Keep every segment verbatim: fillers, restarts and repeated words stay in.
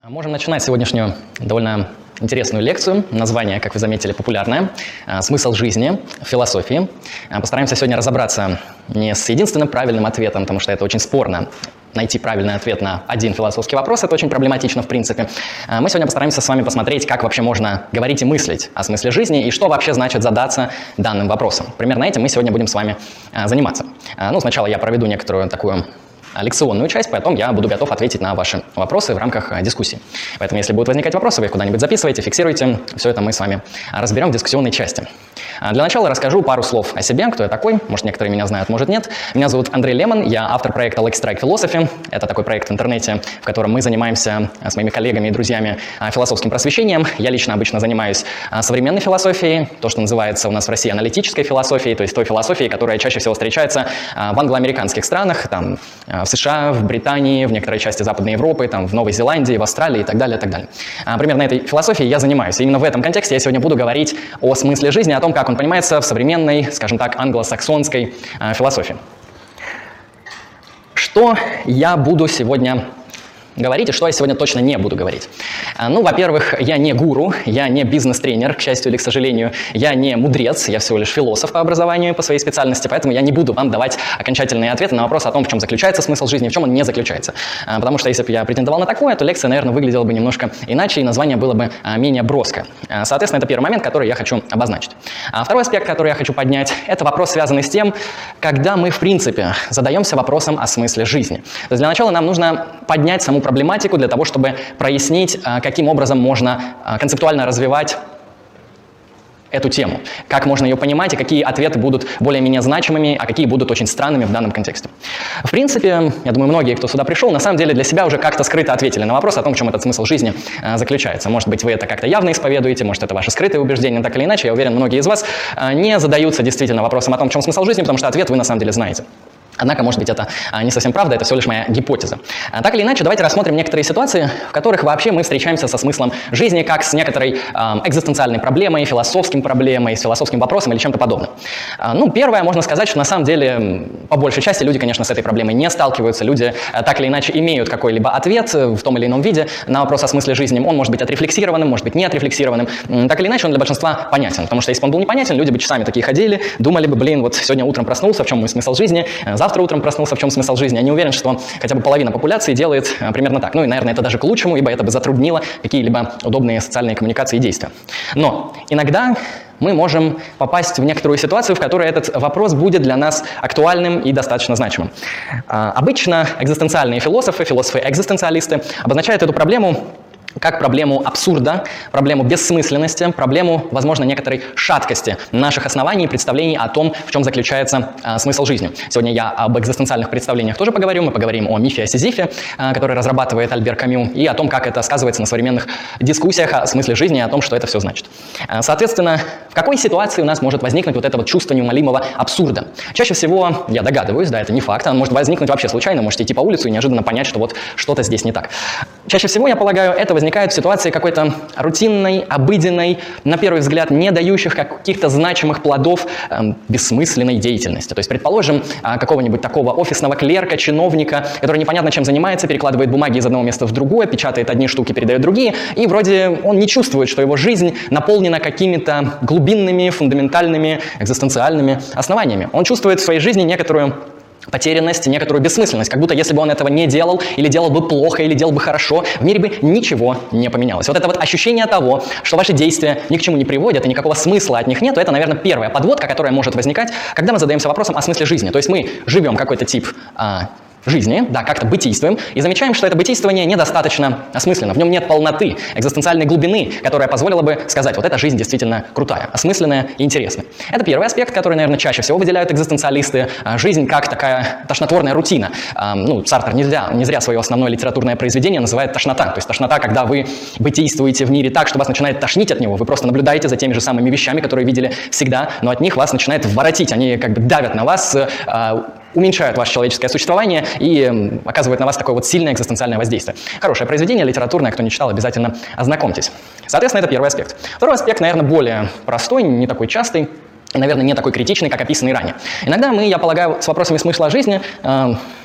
Можем начинать сегодняшнюю довольно интересную лекцию. Название, как вы заметили, популярное. «Смысл жизни в философии». Постараемся сегодня разобраться не с единственным правильным ответом, потому что это очень спорно. Найти правильный ответ на один философский вопрос – это очень проблематично в принципе. Мы сегодня постараемся с вами посмотреть, как вообще можно говорить и мыслить о смысле жизни и что вообще значит задаться данным вопросом. Примерно этим мы сегодня будем с вами заниматься. Ну, сначала я проведу некоторую такую лекционную часть, потом я буду готов ответить на ваши вопросы в рамках дискуссии. Поэтому, если будут возникать вопросы, вы их куда-нибудь записывайте, фиксируйте. Все это мы с вами разберем в дискуссионной части. Для начала расскажу пару слов о себе, кто я такой. Может, некоторые меня знают, может, нет. Меня зовут Андрей Лемон, я автор проекта Like Strike Philosophy. Это такой проект в интернете, в котором мы занимаемся с моими коллегами и друзьями философским просвещением. Я лично обычно занимаюсь современной философией, то, что называется у нас в России аналитической философией, то есть той философией, которая чаще всего встречается в англоамериканских странах, там, в США, в Британии, в некоторой части Западной Европы, там, в Новой Зеландии, в Австралии и так далее, и так далее. Примерно этой философией я занимаюсь. И именно в этом контексте я сегодня буду говорить о смысле жизни, о том, как он понимается в современной, скажем так, англосаксонской э, философии. Что я буду сегодня говорить и что я сегодня точно не буду говорить? Ну, во-первых, я не гуру, я не бизнес-тренер, к счастью или к сожалению, я не мудрец, я всего лишь философ по образованию, по своей специальности, поэтому я не буду вам давать окончательные ответы на вопрос о том, в чем заключается смысл жизни и в чем он не заключается. Потому что если бы я претендовал на такое, то лекция, наверное, выглядела бы немножко иначе, и название было бы менее броское. Соответственно, это первый момент, который я хочу обозначить. А второй аспект, который я хочу поднять, это вопрос, связанный с тем, когда мы, в принципе, задаемся вопросом о смысле жизни. То есть для начала нам нужно поднять саму проблематику для того, чтобы прояснить, каким образом можно концептуально развивать эту тему, как можно ее понимать и какие ответы будут более-менее значимыми, а какие будут очень странными в данном контексте. В принципе, я думаю, многие, кто сюда пришел, на самом деле для себя уже как-то скрыто ответили на вопрос о том, в чем этот смысл жизни э, заключается. Может быть, вы это как-то явно исповедуете, может, это ваши скрытые убеждения, так или иначе. Я уверен, многие из вас э, не задаются действительно вопросом о том, в чем смысл жизни, потому что ответ вы на самом деле знаете. Однако, может быть, это не совсем правда, это всего лишь моя гипотеза. Так или иначе, давайте рассмотрим некоторые ситуации, в которых вообще мы встречаемся со смыслом жизни, как с некоторой э, экзистенциальной проблемой, философским проблемой, с философским вопросом или чем-то подобным. Э, ну, первое, можно сказать, что на самом деле, по большей части, люди, конечно, с этой проблемой не сталкиваются, люди э, так или иначе имеют какой-либо ответ в том или ином виде на вопрос о смысле жизни. Он может быть отрефлексированным, может быть не отрефлексированным. Так или иначе, он для большинства понятен, потому что если бы он был непонятен, люди бы часами такие ходили, думали бы, блин, вот сегодня утром проснулся, в чем мой смысл жизни, завтра утром проснулся, в чем смысл жизни. Я не уверен, что хотя бы половина популяции делает а, примерно так. Ну и, наверное, это даже к лучшему, ибо это бы затруднило какие-либо удобные социальные коммуникации и действия. Но иногда мы можем попасть в некоторую ситуацию, в которой этот вопрос будет для нас актуальным и достаточно значимым. А, обычно экзистенциальные философы, философы-экзистенциалисты обозначают эту проблему как проблему абсурда, проблему бессмысленности, проблему, возможно, некоторой шаткости наших оснований и представлений о том, в чем заключается а, смысл жизни. Сегодня я об экзистенциальных представлениях тоже поговорю. Мы поговорим о мифе о Сизифе, а, который разрабатывает Альбер Камю, и о том, как это сказывается на современных дискуссиях о смысле жизни и о том, что это все значит. А, соответственно, в какой ситуации у нас может возникнуть вот это вот чувство неумолимого абсурда? Чаще всего, я догадываюсь, да, это не факт, оно может возникнуть вообще случайно, можете идти по улице и неожиданно понять, что вот что-то здесь не так. Чаще всего, я полагаю, это возникает в ситуации какой-то рутинной, обыденной, на первый взгляд, не дающих каких-то значимых плодов э, бессмысленной деятельности. То есть, предположим, э, какого-нибудь такого офисного клерка, чиновника, который непонятно чем занимается, перекладывает бумаги из одного места в другое, печатает одни штуки, передает другие, и вроде он не чувствует, что его жизнь наполнена какими-то глубинными, фундаментальными, экзистенциальными основаниями. Он чувствует в своей жизни некоторую потерянность, некоторую бессмысленность, как будто если бы он этого не делал, или делал бы плохо, или делал бы хорошо, в мире бы ничего не поменялось. Вот это вот ощущение того, что ваши действия ни к чему не приводят, и никакого смысла от них нет, это, наверное, первая подводка, которая может возникать, когда мы задаемся вопросом о смысле жизни. То есть мы живем какой-то тип а, жизни, да, как-то бытийствуем, и замечаем, что это бытийствование недостаточно осмысленно, в нем нет полноты, экзистенциальной глубины, которая позволила бы сказать, вот эта жизнь действительно крутая, осмысленная и интересная. Это первый аспект, который, наверное, чаще всего выделяют экзистенциалисты. Жизнь как такая тошнотворная рутина. Ну, Сартр не зря, не зря свое основное литературное произведение называет тошнота. То есть тошнота, когда вы бытийствуете в мире так, что вас начинает тошнить от него, вы просто наблюдаете за теми же самыми вещами, которые видели всегда, но от них вас начинает воротить, они как бы давят на вас, уменьшают ваше человеческое существование и оказывают на вас такое вот сильное экзистенциальное воздействие. Хорошее произведение, литературное, кто не читал, обязательно ознакомьтесь. Соответственно, это первый аспект. Второй аспект, наверное, более простой, не такой частый, и, наверное, не такой критичный, как описанный ранее. Иногда мы, я полагаю, с вопросами смысла жизни э,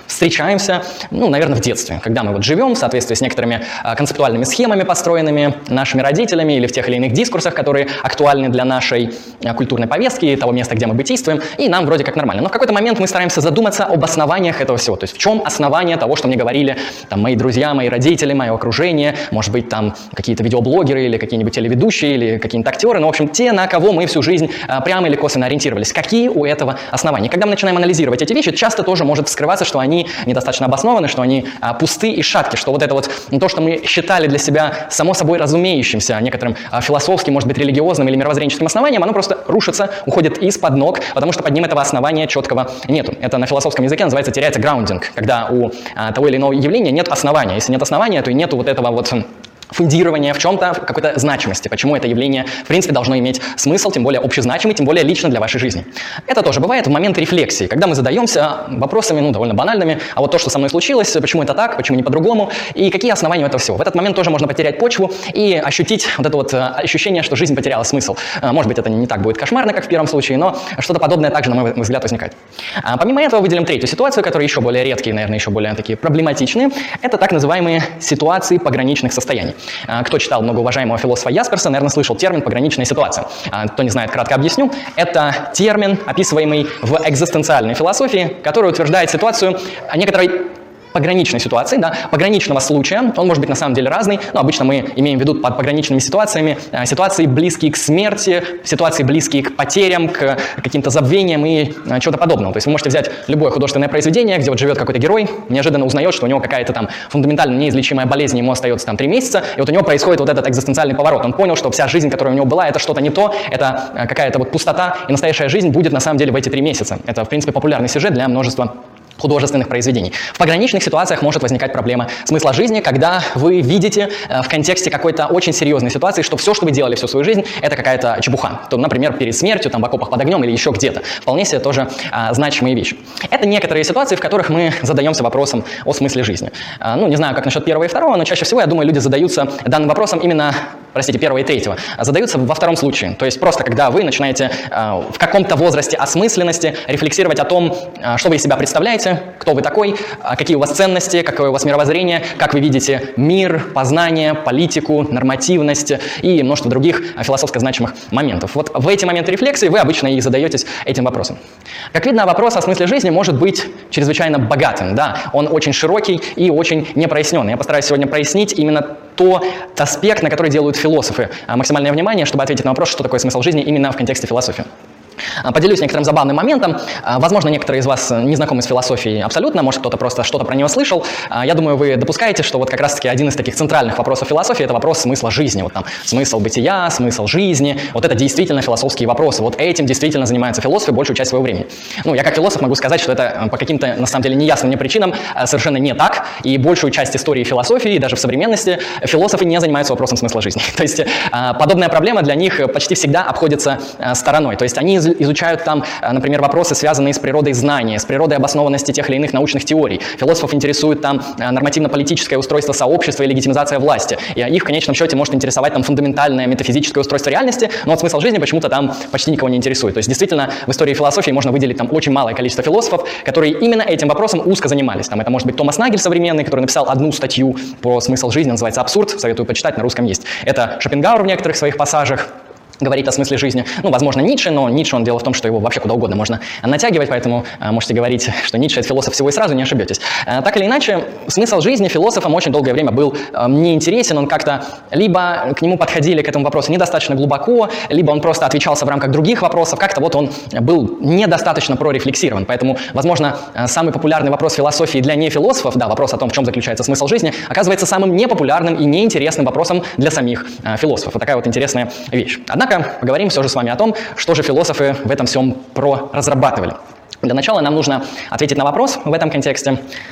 встречаемся, ну, наверное, в детстве, когда мы вот живем в соответствии с некоторыми концептуальными схемами, построенными нашими родителями или в тех или иных дискурсах, которые актуальны для нашей культурной повестки, того места, где мы бытийствуем, и нам вроде как нормально. Но в какой-то момент мы стараемся задуматься об основаниях этого всего, то есть в чем основание того, что мне говорили там, мои друзья, мои родители, мое окружение, может быть, там какие-то видеоблогеры или какие-нибудь телеведущие или какие-нибудь актеры, ну, в общем, те, на кого мы всю жизнь а, прямо или косвенно ориентировались. Какие у этого основания? Когда мы начинаем анализировать эти вещи, часто тоже может вскрываться, что они недостаточно обоснованы, что они а, пусты и шатки, что вот это вот то, что мы считали для себя само собой разумеющимся, некоторым а, философским, может быть, религиозным или мировоззренческим основанием, оно просто рушится, уходит из-под ног, потому что под ним этого основания четкого нету. Это на философском языке называется теряется граундинг, когда у а, того или иного явления нет основания. Если нет основания, то и нету вот этого вот фундирование в чем-то, в какой-то значимости, почему это явление, в принципе, должно иметь смысл, тем более общезначимый, тем более лично для вашей жизни. Это тоже бывает в момент рефлексии, когда мы задаемся вопросами, ну, довольно банальными, а вот то, что со мной случилось, почему это так, почему не по-другому, и какие основания у этого всего. В этот момент тоже можно потерять почву и ощутить вот это вот ощущение, что жизнь потеряла смысл. Может быть, это не так будет кошмарно, как в первом случае, но что-то подобное также, на мой взгляд, возникает. А помимо этого выделим третью ситуацию, которая еще более редкие, наверное, еще более такие проблематичные. Это так называемые ситуации пограничных состояний. Кто читал многоуважаемого философа Ясперса, наверное, слышал термин «пограничная ситуация». Кто не знает, кратко объясню. Это термин, описываемый в экзистенциальной философии, который утверждает ситуацию некоторой пограничной ситуации, да, пограничного случая. Он может быть на самом деле разный, но обычно мы имеем в виду под пограничными ситуациями э, ситуации, близкие к смерти, ситуации, близкие к потерям, к каким-то забвениям и э, чего-то подобного. То есть вы можете взять любое художественное произведение, где вот живет какой-то герой, неожиданно узнает, что у него какая-то там фундаментально неизлечимая болезнь, ему остается там три месяца, и вот у него происходит вот этот экзистенциальный поворот. Он понял, что вся жизнь, которая у него была, это что-то не то, это э, какая-то вот пустота, и настоящая жизнь будет на самом деле в эти три месяца. Это, в принципе, популярный сюжет для множества художественных произведений. В пограничных ситуациях может возникать проблема смысла жизни, когда вы видите э, в контексте какой-то очень серьезной ситуации, что все, что вы делали всю свою жизнь, это какая-то чепуха. То, например, перед смертью, там, в окопах под огнем или еще где-то. Вполне себе тоже э, значимые вещи. Это некоторые ситуации, в которых мы задаемся вопросом о смысле жизни. Э, ну, не знаю, как насчет первого и второго, но чаще всего, я думаю, люди задаются данным вопросом именно, простите, первого и третьего, задаются во втором случае. То есть просто, когда вы начинаете э, в каком-то возрасте осмысленности рефлексировать о том, э, что вы из себя представляете, кто вы такой, какие у вас ценности, какое у вас мировоззрение, как вы видите мир, познание, политику, нормативность и множество других философско значимых моментов. Вот в эти моменты рефлексии вы обычно и задаетесь этим вопросом. Как видно, вопрос о смысле жизни может быть чрезвычайно богатым, да, он очень широкий и очень непроясненный. Я постараюсь сегодня прояснить именно тот аспект, на который делают философы максимальное внимание, чтобы ответить на вопрос, что такое смысл жизни именно в контексте философии. Поделюсь некоторым забавным моментом. Возможно, некоторые из вас не знакомы с философией абсолютно, может, кто-то просто что-то про нее слышал. Я думаю, вы допускаете, что вот как раз-таки один из таких центральных вопросов философии – это вопрос смысла жизни. Вот там смысл бытия, смысл жизни. Вот это действительно философские вопросы. Вот этим действительно занимаются философы большую часть своего времени. Ну, я как философ могу сказать, что это по каким-то, на самом деле, неясным мне причинам совершенно не так. И большую часть истории философии, и даже в современности, философы не занимаются вопросом смысла жизни. То есть подобная проблема для них почти всегда обходится стороной. То есть они изучают там, например, вопросы, связанные с природой знания, с природой обоснованности тех или иных научных теорий. Философов интересует там нормативно-политическое устройство сообщества и легитимизация власти. И их в конечном счете может интересовать там фундаментальное метафизическое устройство реальности, но вот смысл жизни почему-то там почти никого не интересует. То есть действительно в истории философии можно выделить там очень малое количество философов, которые именно этим вопросом узко занимались. Там это может быть Томас Нагель современный, который написал одну статью про смысл жизни, называется «Абсурд», советую почитать, на русском есть. Это Шопенгауэр в некоторых своих пассажах говорит о смысле жизни. Ну, возможно, Ницше, но Ницше, он дело в том, что его вообще куда угодно можно натягивать, поэтому э, можете говорить, что Ницше — это философ всего и сразу, не ошибетесь. Э, так или иначе, смысл жизни философам очень долгое время был э, неинтересен, он как-то либо к нему подходили к этому вопросу недостаточно глубоко, либо он просто отвечался в рамках других вопросов, как-то вот он был недостаточно прорефлексирован. Поэтому, возможно, э, самый популярный вопрос философии для нефилософов, да, вопрос о том, в чем заключается смысл жизни, оказывается самым непопулярным и неинтересным вопросом для самих э, философов. Вот такая вот интересная вещь. Однако, поговорим все же с вами о том, что же философы в этом всем проразрабатывали. Для начала нам нужно ответить на вопрос в этом контексте.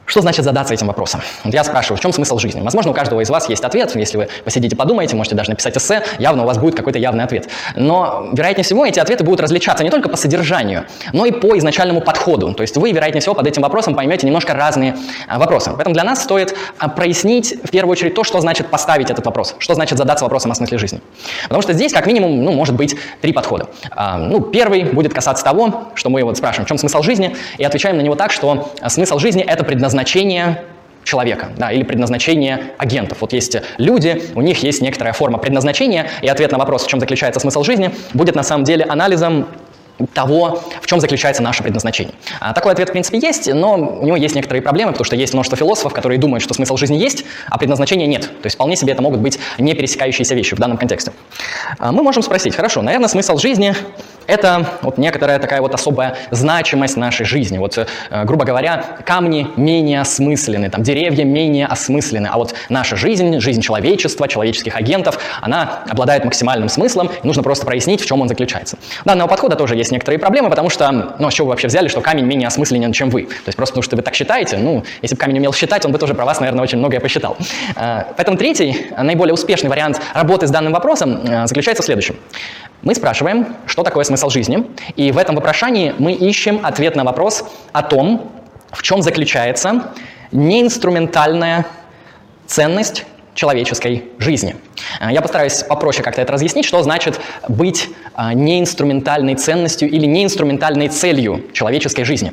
Что значит задаться этим вопросом? Вот я спрашиваю, в чем смысл жизни? Возможно, у каждого из вас есть ответ. Если вы посидите, подумаете, можете даже написать эссе, явно у вас будет какой-то явный ответ. Но, вероятнее всего, эти ответы будут различаться не только по содержанию, но и по изначальному подходу. То есть вы, вероятнее всего, под этим вопросом поймете немножко разные а, вопросы. Поэтому для нас стоит а, прояснить, в первую очередь, то, что значит поставить этот вопрос, что значит задаться вопросом о смысле жизни. Потому что здесь, как минимум, ну, может быть три подхода. А, ну, первый будет касаться того, что мы вот спрашиваем, в чем смысл жизни, и отвечаем на него так, что а, смысл жизни – это предназначение Предназначение человека, да, или предназначение агентов. Вот есть люди, у них есть некоторая форма предназначения, и ответ на вопрос, в чем заключается смысл жизни, будет на самом деле анализом того, в чем заключается наше предназначение. А такой ответ, в принципе, есть, но у него есть некоторые проблемы, потому что есть множество философов, которые думают, что смысл жизни есть, а предназначения нет. То есть вполне себе это могут быть не пересекающиеся вещи в данном контексте. Мы можем спросить, хорошо, наверное, смысл жизни – это вот некоторая такая вот особая значимость нашей жизни. Вот, э, грубо говоря, камни менее осмысленны, там, деревья менее осмысленны, а вот наша жизнь, жизнь человечества, человеческих агентов, она обладает максимальным смыслом, и нужно просто прояснить, в чем он заключается. У данного подхода тоже есть некоторые проблемы, потому что, ну, с чего вы вообще взяли, что камень менее осмысленен, чем вы? То есть просто потому, что вы так считаете, ну, если бы камень умел считать, он бы тоже про вас, наверное, очень многое посчитал. Э, поэтому третий, наиболее успешный вариант работы с данным вопросом э, заключается в следующем. Мы спрашиваем, что такое смысл жизни, и в этом вопрошании мы ищем ответ на вопрос о том, в чем заключается неинструментальная ценность человеческой жизни. Я постараюсь попроще как-то это разъяснить, что значит быть неинструментальной ценностью или неинструментальной целью человеческой жизни.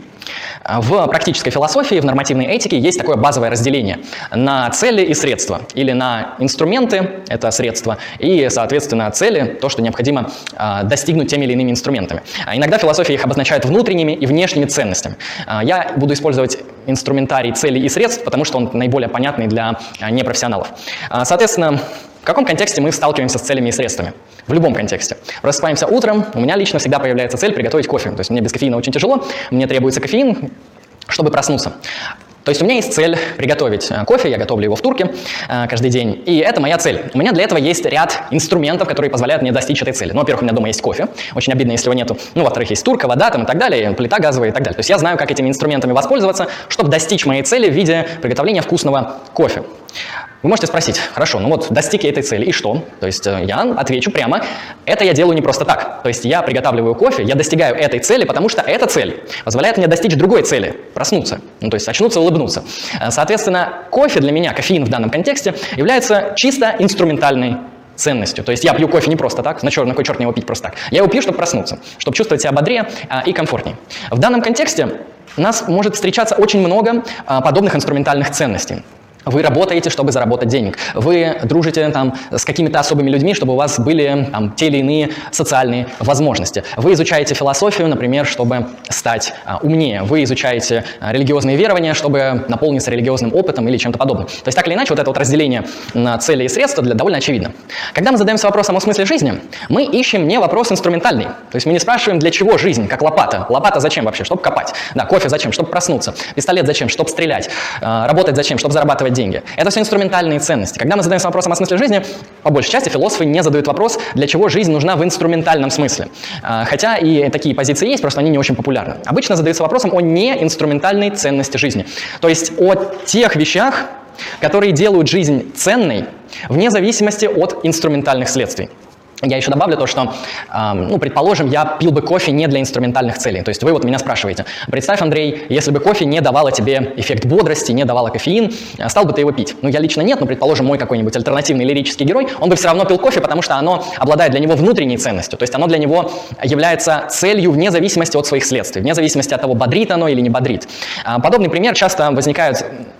В практической философии, в нормативной этике есть такое базовое разделение на цели и средства, или на инструменты, это средства, и, соответственно, цели, то, что необходимо достигнуть теми или иными инструментами. Иногда философия их обозначает внутренними и внешними ценностями. Я буду использовать инструментарий целей и средств, потому что он наиболее понятный для непрофессионалов. Соответственно, в каком контексте мы сталкиваемся с целями и средствами? В любом контексте. Просыпаемся утром, у меня лично всегда появляется цель приготовить кофе. То есть мне без кофеина очень тяжело, мне требуется кофеин, чтобы проснуться. То есть у меня есть цель приготовить кофе, я готовлю его в турке э, каждый день, и это моя цель. У меня для этого есть ряд инструментов, которые позволяют мне достичь этой цели. Ну, во-первых, у меня дома есть кофе, очень обидно, если его нету. Ну, во-вторых, есть турка, вода там и так далее, плита газовая и так далее. То есть я знаю, как этими инструментами воспользоваться, чтобы достичь моей цели в виде приготовления вкусного кофе. Вы можете спросить, хорошо, ну вот достиг я этой цели, и что? То есть я отвечу прямо, это я делаю не просто так. То есть я приготавливаю кофе, я достигаю этой цели, потому что эта цель позволяет мне достичь другой цели, проснуться, ну то есть очнуться, улыбнуться. Соответственно, кофе для меня, кофеин в данном контексте, является чисто инструментальной ценностью. То есть я пью кофе не просто так, на, чер, на кой черт мне его пить просто так. Я его пью, чтобы проснуться, чтобы чувствовать себя бодрее а, и комфортнее. В данном контексте у нас может встречаться очень много а, подобных инструментальных ценностей. Вы работаете, чтобы заработать денег. Вы дружите там, с какими-то особыми людьми, чтобы у вас были там, те или иные социальные возможности. Вы изучаете философию, например, чтобы стать а, умнее. Вы изучаете а, религиозные верования, чтобы наполниться религиозным опытом или чем-то подобным. То есть так или иначе вот это вот разделение на цели и средства для, довольно очевидно. Когда мы задаемся вопросом о смысле жизни, мы ищем не вопрос инструментальный. То есть мы не спрашиваем, для чего жизнь, как лопата. Лопата зачем вообще? Чтобы копать. Да, кофе зачем? Чтобы проснуться. Пистолет зачем? Чтобы стрелять. А, работать зачем? Чтобы зарабатывать деньги. Это все инструментальные ценности. Когда мы задаемся вопросом о смысле жизни, по большей части философы не задают вопрос, для чего жизнь нужна в инструментальном смысле. Хотя и такие позиции есть, просто они не очень популярны. Обычно задаются вопросом о неинструментальной ценности жизни. То есть о тех вещах, которые делают жизнь ценной вне зависимости от инструментальных следствий. Я еще добавлю то, что, э, ну, предположим, я пил бы кофе не для инструментальных целей. То есть вы вот меня спрашиваете, представь, Андрей, если бы кофе не давало тебе эффект бодрости, не давало кофеин, стал бы ты его пить? Ну, я лично нет, но, предположим, мой какой-нибудь альтернативный лирический герой, он бы все равно пил кофе, потому что оно обладает для него внутренней ценностью. То есть оно для него является целью вне зависимости от своих следствий, вне зависимости от того, бодрит оно или не бодрит. Подобный пример часто возникает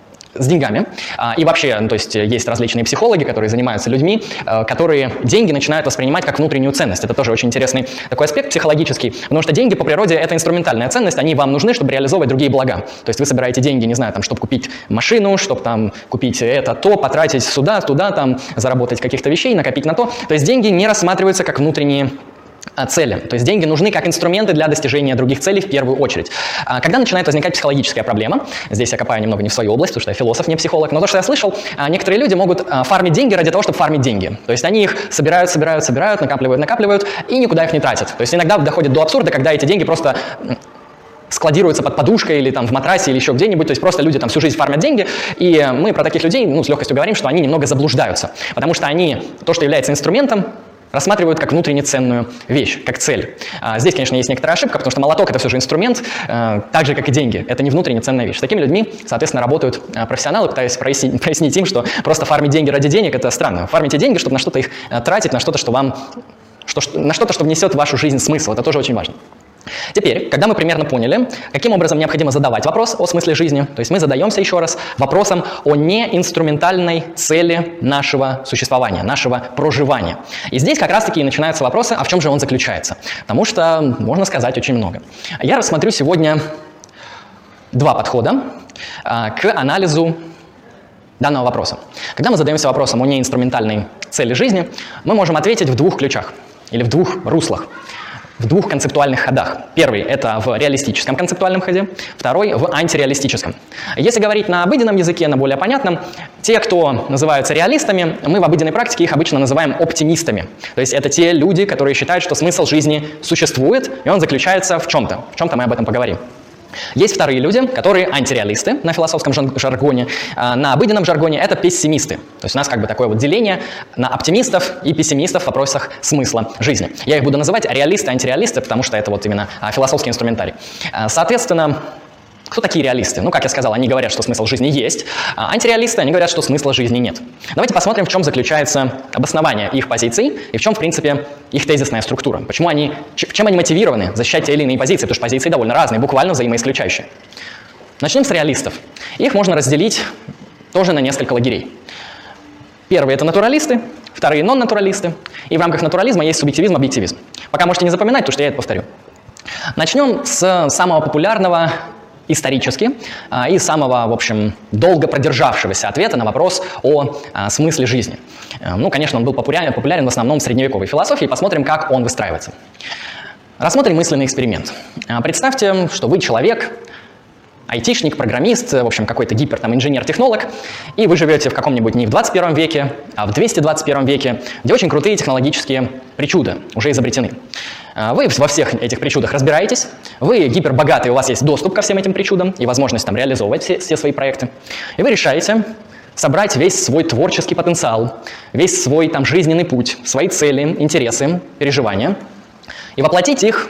с деньгами. И вообще, то есть есть различные психологи, которые занимаются людьми, которые деньги начинают воспринимать как внутреннюю ценность. Это тоже очень интересный такой аспект психологический, потому что деньги по природе это инструментальная ценность, они вам нужны, чтобы реализовывать другие блага. То есть вы собираете деньги, не знаю, там, чтобы купить машину, чтобы там купить это, то, потратить сюда, туда, там, заработать каких-то вещей, накопить на то. То есть деньги не рассматриваются как внутренние цели. То есть деньги нужны как инструменты для достижения других целей в первую очередь. Когда начинает возникать психологическая проблема, здесь я копаю немного не в свою область, потому что я философ, не психолог, но то, что я слышал, некоторые люди могут фармить деньги ради того, чтобы фармить деньги. То есть они их собирают, собирают, собирают, накапливают, накапливают и никуда их не тратят. То есть иногда доходит до абсурда, когда эти деньги просто складируется под подушкой или там в матрасе или еще где-нибудь, то есть просто люди там всю жизнь фармят деньги, и мы про таких людей, ну, с легкостью говорим, что они немного заблуждаются, потому что они то, что является инструментом, рассматривают как внутренне ценную вещь, как цель. А здесь, конечно, есть некоторая ошибка, потому что молоток – это все же инструмент, э, так же, как и деньги. Это не внутренне ценная вещь. С такими людьми, соответственно, работают э, профессионалы, пытаясь прояснить, прояснить им, что просто фармить деньги ради денег – это странно. Фармите деньги, чтобы на что-то их э, тратить, на что-то, что вам, что, на что-то, что внесет в вашу жизнь смысл. Это тоже очень важно. Теперь, когда мы примерно поняли, каким образом необходимо задавать вопрос о смысле жизни, то есть мы задаемся еще раз вопросом о неинструментальной цели нашего существования, нашего проживания. И здесь как раз-таки и начинаются вопросы, а в чем же он заключается? Потому что можно сказать очень много. Я рассмотрю сегодня два подхода а, к анализу данного вопроса. Когда мы задаемся вопросом о неинструментальной цели жизни, мы можем ответить в двух ключах или в двух руслах. В двух концептуальных ходах. Первый – это в реалистическом концептуальном ходе, второй – в антиреалистическом. Если говорить на обыденном языке, на более понятном, те, кто называются реалистами, мы в обыденной практике их обычно называем оптимистами. То есть это те люди, которые считают, что смысл жизни существует, и он заключается в чем-то. В чем-то мы об этом поговорим. Есть вторые люди, которые антиреалисты на философском жаргоне, а на обыденном жаргоне это пессимисты. То есть у нас как бы такое вот деление на оптимистов и пессимистов в вопросах смысла жизни. Я их буду называть реалисты, антиреалисты, потому что это вот именно философский инструментарий. Соответственно, кто такие реалисты? Ну, как я сказал, они говорят, что смысл жизни есть, а антиреалисты, они говорят, что смысла жизни нет. Давайте посмотрим, в чем заключается обоснование их позиций и в чем, в принципе, их тезисная структура. Почему они, чем они мотивированы защищать те или иные позиции, потому что позиции довольно разные, буквально взаимоисключающие. Начнем с реалистов. Их можно разделить тоже на несколько лагерей. Первые – это натуралисты, вторые – нон-натуралисты, и в рамках натурализма есть субъективизм, объективизм. Пока можете не запоминать, потому что я это повторю. Начнем с самого популярного исторически а, и самого, в общем, долго продержавшегося ответа на вопрос о а, смысле жизни. А, ну, конечно, он был популярен, популярен в основном в средневековой философии. Посмотрим, как он выстраивается. Рассмотрим мысленный эксперимент. А, представьте, что вы человек, айтишник, программист, в общем, какой-то гипер, там, инженер-технолог, и вы живете в каком-нибудь не в двадцать первом веке, а в двести двадцать первом веке, где очень крутые технологические причуды уже изобретены. Вы во всех этих причудах разбираетесь, вы гипербогатый, у вас есть доступ ко всем этим причудам и возможность там реализовывать все, все свои проекты. И вы решаете собрать весь свой творческий потенциал, весь свой там жизненный путь, свои цели, интересы, переживания и воплотить их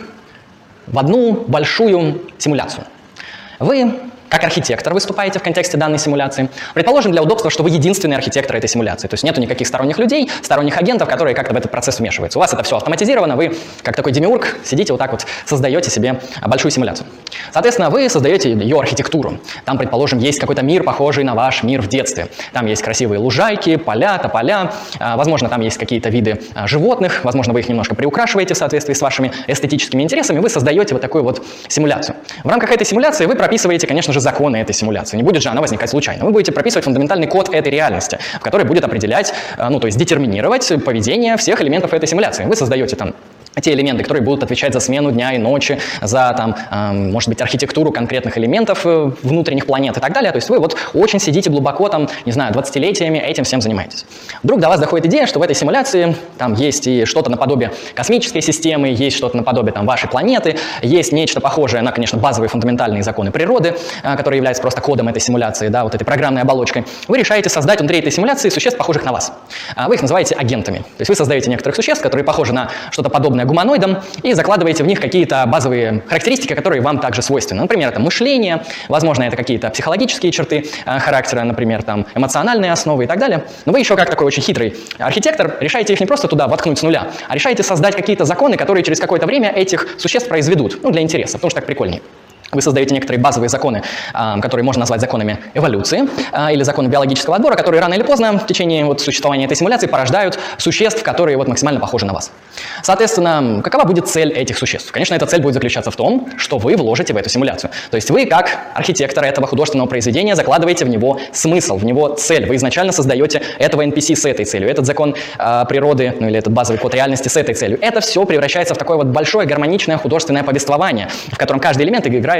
в одну большую симуляцию. Вы, как архитектор, выступаете в контексте данной симуляции. Предположим для удобства, что вы единственный архитектор этой симуляции. То есть нету никаких сторонних людей, сторонних агентов, которые как-то в этот процесс вмешиваются. У вас это все автоматизировано, вы, как такой демиург, сидите вот так вот, создаете себе большую симуляцию. Соответственно, вы создаете ее архитектуру. Там, предположим, есть какой-то мир, похожий на ваш мир в детстве. Там есть красивые лужайки, поля, тополя. Возможно, там есть какие-то виды животных. Возможно, вы их немножко приукрашиваете в соответствии с вашими эстетическими интересами. Вы создаете вот такую вот симуляцию. В рамках этой симуляции вы прописываете, конечно же, законы этой симуляции. Не будет же она возникать случайно. Вы будете прописывать фундаментальный код этой реальности, в который будет определять, ну, то есть детерминировать поведение всех элементов этой симуляции. Вы создаете там те элементы, которые будут отвечать за смену дня и ночи, за, там, э, может быть, архитектуру конкретных элементов э, внутренних планет и так далее. То есть вы вот очень сидите глубоко, там, не знаю, двадцатилетиями этим всем занимаетесь. Вдруг до вас доходит идея, что в этой симуляции там есть и что-то наподобие космической системы, есть что-то наподобие там вашей планеты, есть нечто похожее на, конечно, базовые фундаментальные законы природы, э, которые являются просто кодом этой симуляции, да, вот этой программной оболочкой. Вы решаете создать внутри этой симуляции существ, похожих на вас. А вы их называете агентами. То есть вы создаете некоторых существ, которые похожи на что-то подобное гуманоидам, и закладываете в них какие-то базовые характеристики, которые вам также свойственны. Например, это мышление, возможно, это какие-то психологические черты э, характера, например, там, эмоциональные основы и так далее. Но вы еще как такой очень хитрый архитектор решаете их не просто туда воткнуть с нуля, а решаете создать какие-то законы, которые через какое-то время этих существ произведут, ну, для интереса, потому что так прикольнее. Вы создаете некоторые базовые законы, которые можно назвать законами эволюции или законы биологического отбора, которые рано или поздно в течение вот существования этой симуляции порождают существ, которые вот максимально похожи на вас. Соответственно, какова будет цель этих существ? Конечно, эта цель будет заключаться в том, что вы вложите в эту симуляцию. То есть вы, как архитектор этого художественного произведения, закладываете в него смысл, в него цель. Вы изначально создаете этого эн пи си с этой целью, этот закон э, природы, ну или этот базовый код реальности с этой целью. Это все превращается в такое вот большое гармоничное художественное повествование, в котором каждый элемент играет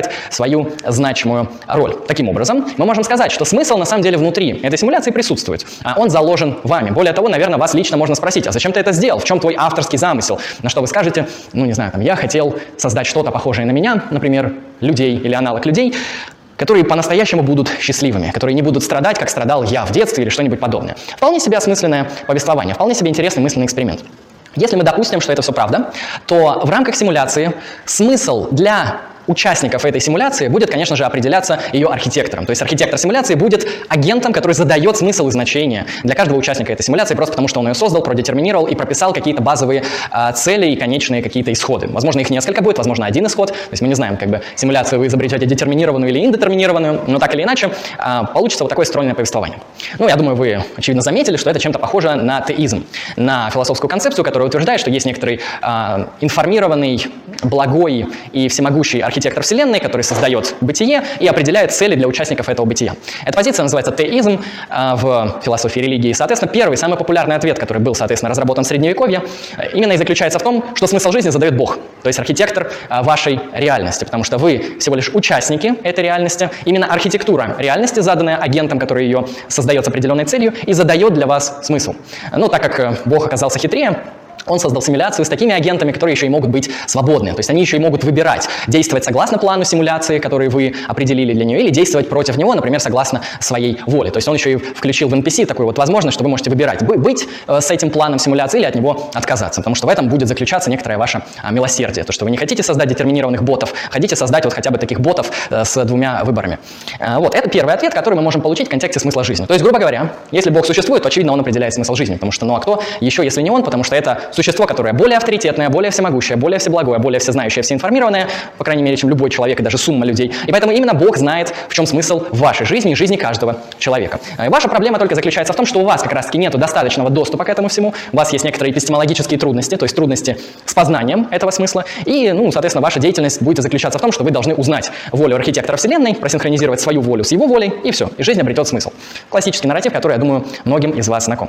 играть свою значимую роль. Таким образом, мы можем сказать, что смысл на самом деле внутри этой симуляции присутствует. Он заложен вами. Более того, наверное, вас лично можно спросить, а зачем ты это сделал? В чем твой авторский замысел? На что вы скажете, ну не знаю, там, я хотел создать что-то похожее на меня, например, людей или аналог людей, которые по-настоящему будут счастливыми, которые не будут страдать, как страдал я в детстве или что-нибудь подобное. Вполне себе осмысленное повествование, вполне себе интересный мысленный эксперимент. Если мы допустим, что это все правда, то в рамках симуляции смысл для участников этой симуляции будет, конечно же, определяться ее архитектором. То есть архитектор симуляции будет агентом, который задает смысл и значение для каждого участника этой симуляции, просто потому что он ее создал, продетерминировал и прописал какие-то базовые а, цели и конечные какие-то исходы. Возможно, их несколько будет, возможно, один исход. То есть мы не знаем, как бы симуляцию вы изобретете детерминированную или индетерминированную, но так или иначе а, получится вот такое стройное повествование. Ну, я думаю, вы, очевидно, заметили, что это чем-то похоже на теизм, на философскую концепцию, которая утверждает, что есть некоторый а, информированный, благой и всемогущий архитектор Вселенной, который создает бытие и определяет цели для участников этого бытия. Эта позиция называется теизм э, в философии религии. Соответственно, первый, самый популярный ответ, который был, соответственно, разработан в Средневековье, именно и заключается в том, что смысл жизни задает Бог, то есть архитектор э, вашей реальности, потому что вы всего лишь участники этой реальности. Именно архитектура реальности, заданная агентом, который ее создает с определенной целью, и задает для вас смысл. Ну, так как э, Бог оказался хитрее, он создал симуляцию с такими агентами, которые еще и могут быть свободны. То есть они еще и могут выбирать, действовать согласно плану симуляции, который вы определили для нее, или действовать против него, например, согласно своей воле. То есть он еще и включил в эн пи си такую вот возможность, что вы можете выбирать, быть с этим планом симуляции или от него отказаться. Потому что в этом будет заключаться некоторое ваше милосердие. То, что вы не хотите создать детерминированных ботов, хотите создать вот хотя бы таких ботов с двумя выборами. Вот, это первый ответ, который мы можем получить в контексте смысла жизни. То есть, грубо говоря, если Бог существует, то, очевидно, он определяет смысл жизни. Потому что, ну а кто еще, если не он? Потому что это существо, которое более авторитетное, более всемогущее, более всеблагое, более всезнающее, всеинформированное, по крайней мере, чем любой человек и даже сумма людей. И поэтому именно Бог знает, в чем смысл в вашей жизни и жизни каждого человека. И ваша проблема только заключается в том, что у вас как раз-таки нет достаточного доступа к этому всему, у вас есть некоторые эпистемологические трудности, то есть трудности с познанием этого смысла, и, ну, соответственно, ваша деятельность будет заключаться в том, что вы должны узнать волю архитектора Вселенной, просинхронизировать свою волю с его волей, и все, и жизнь обретет смысл. Классический нарратив, который, я думаю, многим из вас знаком.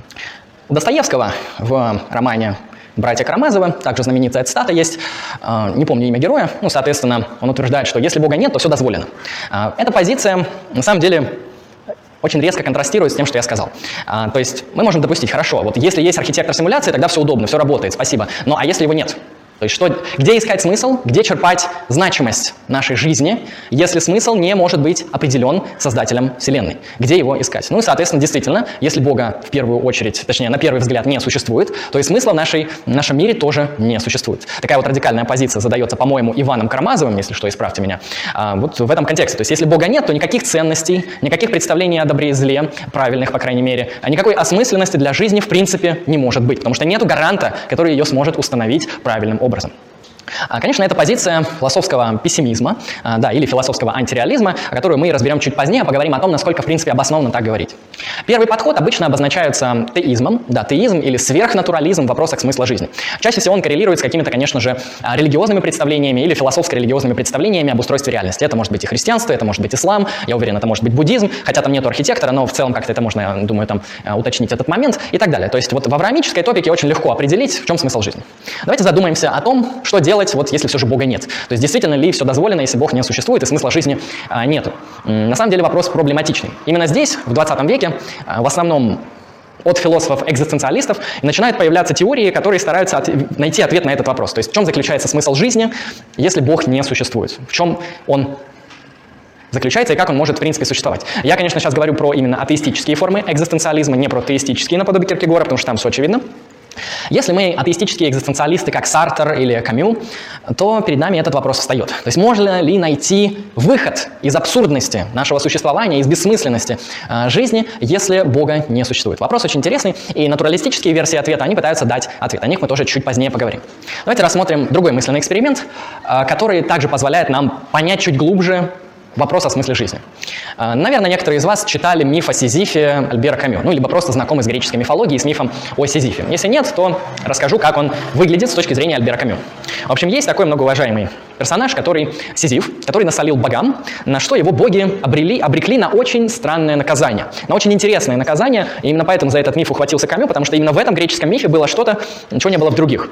У Достоевского в романе «Братья Карамазовы» также знаменитая цитата есть, э, не помню имя героя, ну, соответственно, он утверждает, что если Бога нет, то все дозволено. Э, эта позиция, на самом деле, очень резко контрастирует с тем, что я сказал. А, то есть мы можем допустить, хорошо, вот если есть архитектор симуляции, тогда все удобно, все работает, спасибо. Ну а если его нет? То есть что, где искать смысл, где черпать значимость нашей жизни, если смысл не может быть определен Создателем Вселенной? Где его искать? Ну и, соответственно, действительно, если Бога в первую очередь, точнее, на первый взгляд не существует, то и смысла в, нашей, в нашем мире тоже не существует. Такая вот радикальная позиция задается, по-моему, Иваном Карамазовым, если что, исправьте меня, а, вот в этом контексте. То есть если Бога нет, то никаких ценностей, никаких представлений о добре и зле, правильных, по крайней мере, а никакой осмысленности для жизни в принципе не может быть, потому что нету гаранта, который ее сможет установить правильным образом. образом. Конечно, это позиция философского пессимизма, да, или философского антиреализма, которую мы разберем чуть позднее, поговорим о том, насколько, в принципе, обоснованно так говорить. Первый подход обычно обозначается теизмом, да, теизм или сверхнатурализм в вопросах смысла жизни. Чаще всего он коррелирует с какими-то, конечно же, религиозными представлениями или философско-религиозными представлениями об устройстве реальности. Это может быть и христианство, это может быть ислам, я уверен, это может быть буддизм, хотя там нету архитектора, но в целом как-то это можно, я думаю, там уточнить этот момент и так далее. То есть вот в авраамической топике очень легко определить, в чем смысл жизни. Давайте задумаемся о том, что делать, вот если все же Бога нет. То есть действительно ли все дозволено, если Бог не существует и смысла жизни а, нету? На самом деле вопрос проблематичный. Именно здесь, в двадцатом веке, а, в основном от философов-экзистенциалистов начинают появляться теории, которые стараются от... найти ответ на этот вопрос. То есть в чем заключается смысл жизни, если Бог не существует? В чем он заключается и как он может, в принципе, существовать. Я, конечно, сейчас говорю про именно атеистические формы экзистенциализма, не про теистические наподобие Киркегора, потому что там все очевидно. Если мы атеистические экзистенциалисты, как Сартер или Камю, то перед нами этот вопрос встает. То есть можно ли найти выход из абсурдности нашего существования, из бессмысленности э, жизни, если Бога не существует? Вопрос очень интересный, и натуралистические версии ответа, они пытаются дать ответ. О них мы тоже чуть позднее поговорим. Давайте рассмотрим другой мысленный эксперимент, э, который также позволяет нам понять чуть глубже вопрос о смысле жизни. Наверное, некоторые из вас читали миф о Сизифе Альбера Камю, ну, либо просто знакомы с греческой мифологией, с мифом о Сизифе. Если нет, то расскажу, как он выглядит с точки зрения Альбера Камю. В общем, есть такой многоуважаемый персонаж, который Сизиф, который насолил богам, на что его боги обрели, обрекли на очень странное наказание, на очень интересное наказание, и именно поэтому за этот миф ухватился Камю, потому что именно в этом греческом мифе было что-то, чего не было в других.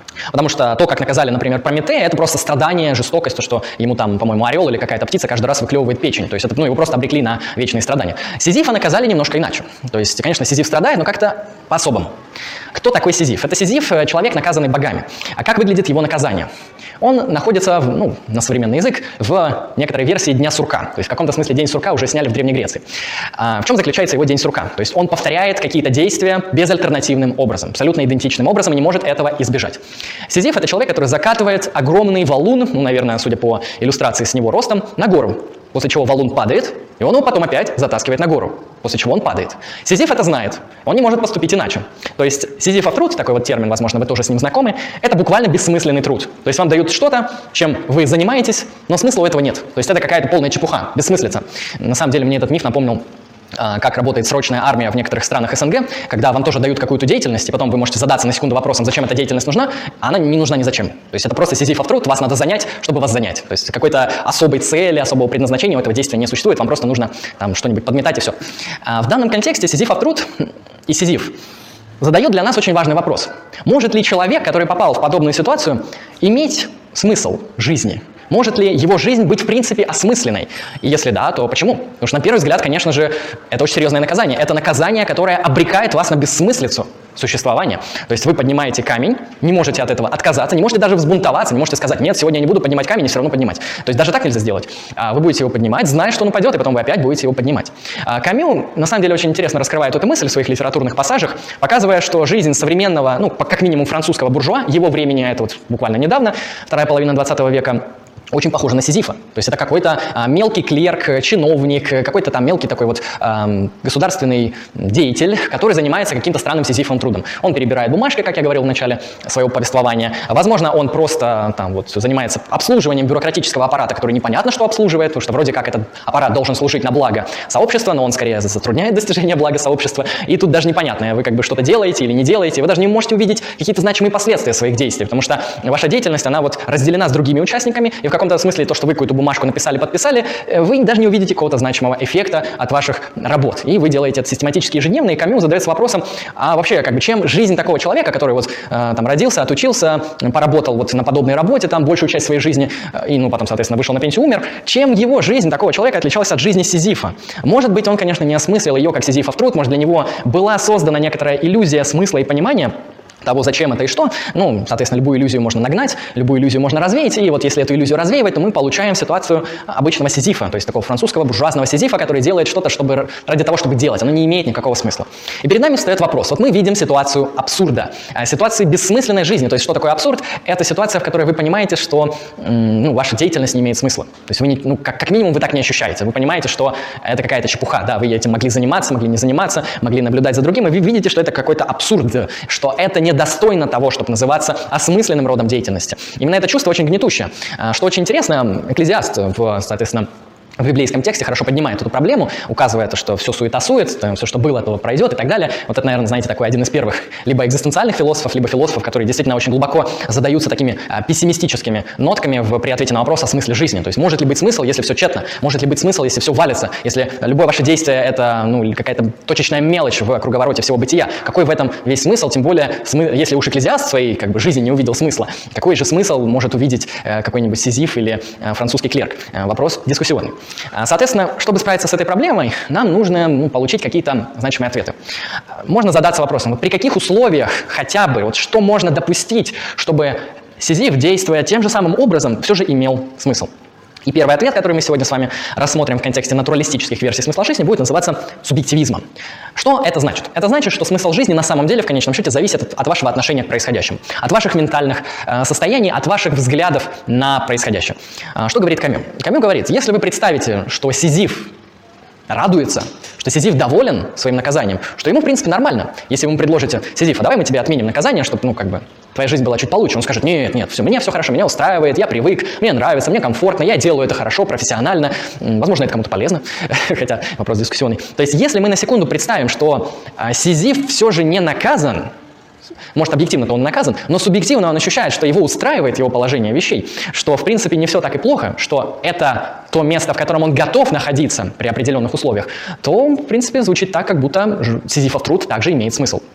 Потому что то, как наказали, например, Прометея, это просто страдание, жестокость, то, что ему там, по-моему, орел или какая-то птица каждый раз выклевывает печень. То есть это, ну, его просто обрекли на вечные страдания. Сизифа наказали немножко иначе. То есть, конечно, Сизиф страдает, но как-то по-особому. Кто такой Сизиф? Это Сизиф – человек, наказанный богами. А как выглядит его наказание? Он находится, в, ну, на современный язык, в некоторой версии Дня сурка. То есть в каком-то смысле День сурка уже сняли в Древней Греции. А в чем заключается его День сурка? То есть он повторяет какие-то действия безальтернативным образом, абсолютно идентичным образом, и не может этого избежать. Сизиф – это человек, который закатывает огромный валун, ну, наверное, судя по иллюстрации с него ростом, на гору. После чего валун падает, и он его потом опять затаскивает на гору, после чего он падает. Сизиф это знает, он не может поступить иначе. То есть сизифов труд, такой вот термин, возможно, вы тоже с ним знакомы, это буквально бессмысленный труд. То есть вам дают что-то, чем вы занимаетесь, но смысла у этого нет. То есть это какая-то полная чепуха, бессмыслица. На самом деле мне этот миф напомнил, как работает срочная армия в некоторых странах СНГ, когда вам тоже дают какую-то деятельность, и потом вы можете задаться на секунду вопросом, зачем эта деятельность нужна, а она не нужна ни зачем. То есть это просто сизифов труд, вас надо занять, чтобы вас занять. То есть какой-то особой цели, особого предназначения у этого действия не существует, вам просто нужно там что-нибудь подметать и все. А в данном контексте сизифов труд и Сизиф задает для нас очень важный вопрос. Может ли человек, который попал в подобную ситуацию, иметь смысл жизни? Может ли его жизнь быть в принципе осмысленной? И если да, то почему? Потому что на первый взгляд, конечно же, это очень серьезное наказание. Это наказание, которое обрекает вас на бессмыслицу существования. То есть вы поднимаете камень, не можете от этого отказаться, не можете даже взбунтоваться, не можете сказать, нет, сегодня я не буду поднимать камень, и все равно поднимать. То есть даже так нельзя сделать. Вы будете его поднимать, зная, что он упадет, и потом вы опять будете его поднимать. Камю, на самом деле, очень интересно раскрывает эту мысль в своих литературных пассажах, показывая, что жизнь современного, ну, как минимум французского буржуа, его времени, это вот буквально недавно, вторая половина двадцатого века, очень похоже на Сизифа. То есть это какой-то а, мелкий клерк, чиновник, какой-то там мелкий такой вот а, государственный деятель, который занимается каким-то странным сизифовым трудом. Он перебирает бумажки, как я говорил в начале своего повествования. Возможно, он просто там вот занимается обслуживанием бюрократического аппарата, который непонятно, что обслуживает, потому что вроде как этот аппарат должен служить на благо сообщества, но он скорее затрудняет достижение блага сообщества. И тут даже непонятно, вы как бы что-то делаете или не делаете. Вы даже не можете увидеть какие-то значимые последствия своих действий, потому что ваша деятельность, она вот разделена с другими участниками, и в В каком-то смысле то, что вы какую-то бумажку написали, подписали, вы даже не увидите какого-то значимого эффекта от ваших работ. И вы делаете это систематически ежедневно, и Камю задается вопросом, а вообще, как бы, чем жизнь такого человека, который вот э, там родился, отучился, поработал вот на подобной работе там большую часть своей жизни, и, ну, потом, соответственно, вышел на пенсию, умер, чем его жизнь такого человека отличалась от жизни Сизифа? Может быть, он, конечно, не осмыслил ее как Сизифов труд, может, для него была создана некоторая иллюзия смысла и понимания того, зачем это и что. Ну, соответственно, любую иллюзию можно нагнать, любую иллюзию можно развеять, и вот если эту иллюзию развеивать, то мы получаем ситуацию обычного Сизифа, то есть такого французского буржуазного Сизифа, который делает что-то, чтобы ради того, чтобы делать. Оно не имеет никакого смысла. И перед нами встает вопрос. Вот мы видим ситуацию абсурда, ситуации бессмысленной жизни. То есть что такое абсурд? Это ситуация, в которой вы понимаете, что ну, ваша деятельность не имеет смысла. То есть вы, не, ну, как, как минимум, вы так не ощущаете. Вы понимаете, что это какая-то чепуха. Да, вы этим могли заниматься, могли не заниматься, могли наблюдать за другим, и вы видите, что это какой-то абсурд, что это недостойно того, чтобы называться осмысленным родом деятельности. Именно это чувство очень гнетущее. Что очень интересно, Экклезиаст, в, соответственно, в библейском тексте хорошо поднимает эту проблему, указывая то, что все суета-сует, все, что было, то пройдет и так далее. Вот это, наверное, знаете, такой один из первых либо экзистенциальных философов, либо философов, которые действительно очень глубоко задаются такими а, пессимистическими нотками в, при ответе на вопрос о смысле жизни. То есть может ли быть смысл, если все тщетно? Может ли быть смысл, если все валится? Если любое ваше действие — это ну, какая-то точечная мелочь в круговороте всего бытия? Какой в этом весь смысл? Тем более, смы- если уж Экклезиаст в своей как бы, жизни не увидел смысла, какой же смысл может увидеть э, какой-нибудь Сизиф или э, французский клерк? Э, вопрос дискуссионный. Соответственно, чтобы справиться с этой проблемой, нам нужно ну, получить какие-то значимые ответы. Можно задаться вопросом, вот при каких условиях хотя бы, вот что можно допустить, чтобы Сизиф, действуя тем же самым образом, все же имел смысл? И первый ответ, который мы сегодня с вами рассмотрим в контексте натуралистических версий смысла жизни, будет называться субъективизмом. Что это значит? Это значит, что смысл жизни на самом деле в конечном счете зависит от, от вашего отношения к происходящему, от ваших ментальных э, состояний, от ваших взглядов на происходящее. Э, что говорит Камю? Камю говорит, если вы представите, что Сизиф радуется, что Сизиф доволен своим наказанием, что ему, в принципе, нормально. Если вы ему предложите, Сизиф, а давай мы тебе отменим наказание, чтобы, ну, как бы, твоя жизнь была чуть получше, он скажет, нет, нет, все, мне все хорошо, меня устраивает, я привык, мне нравится, мне комфортно, я делаю это хорошо, профессионально, возможно, это кому-то полезно, хотя вопрос дискуссионный. То есть, если мы на секунду представим, что а, Сизиф все же не наказан, может, объективно-то он наказан, но субъективно он ощущает, что его устраивает его положение вещей, что, в принципе, не все так и плохо, что это то место, в котором он готов находиться при определенных условиях, то, в принципе, звучит так, как будто Сизифов труд также имеет смысл.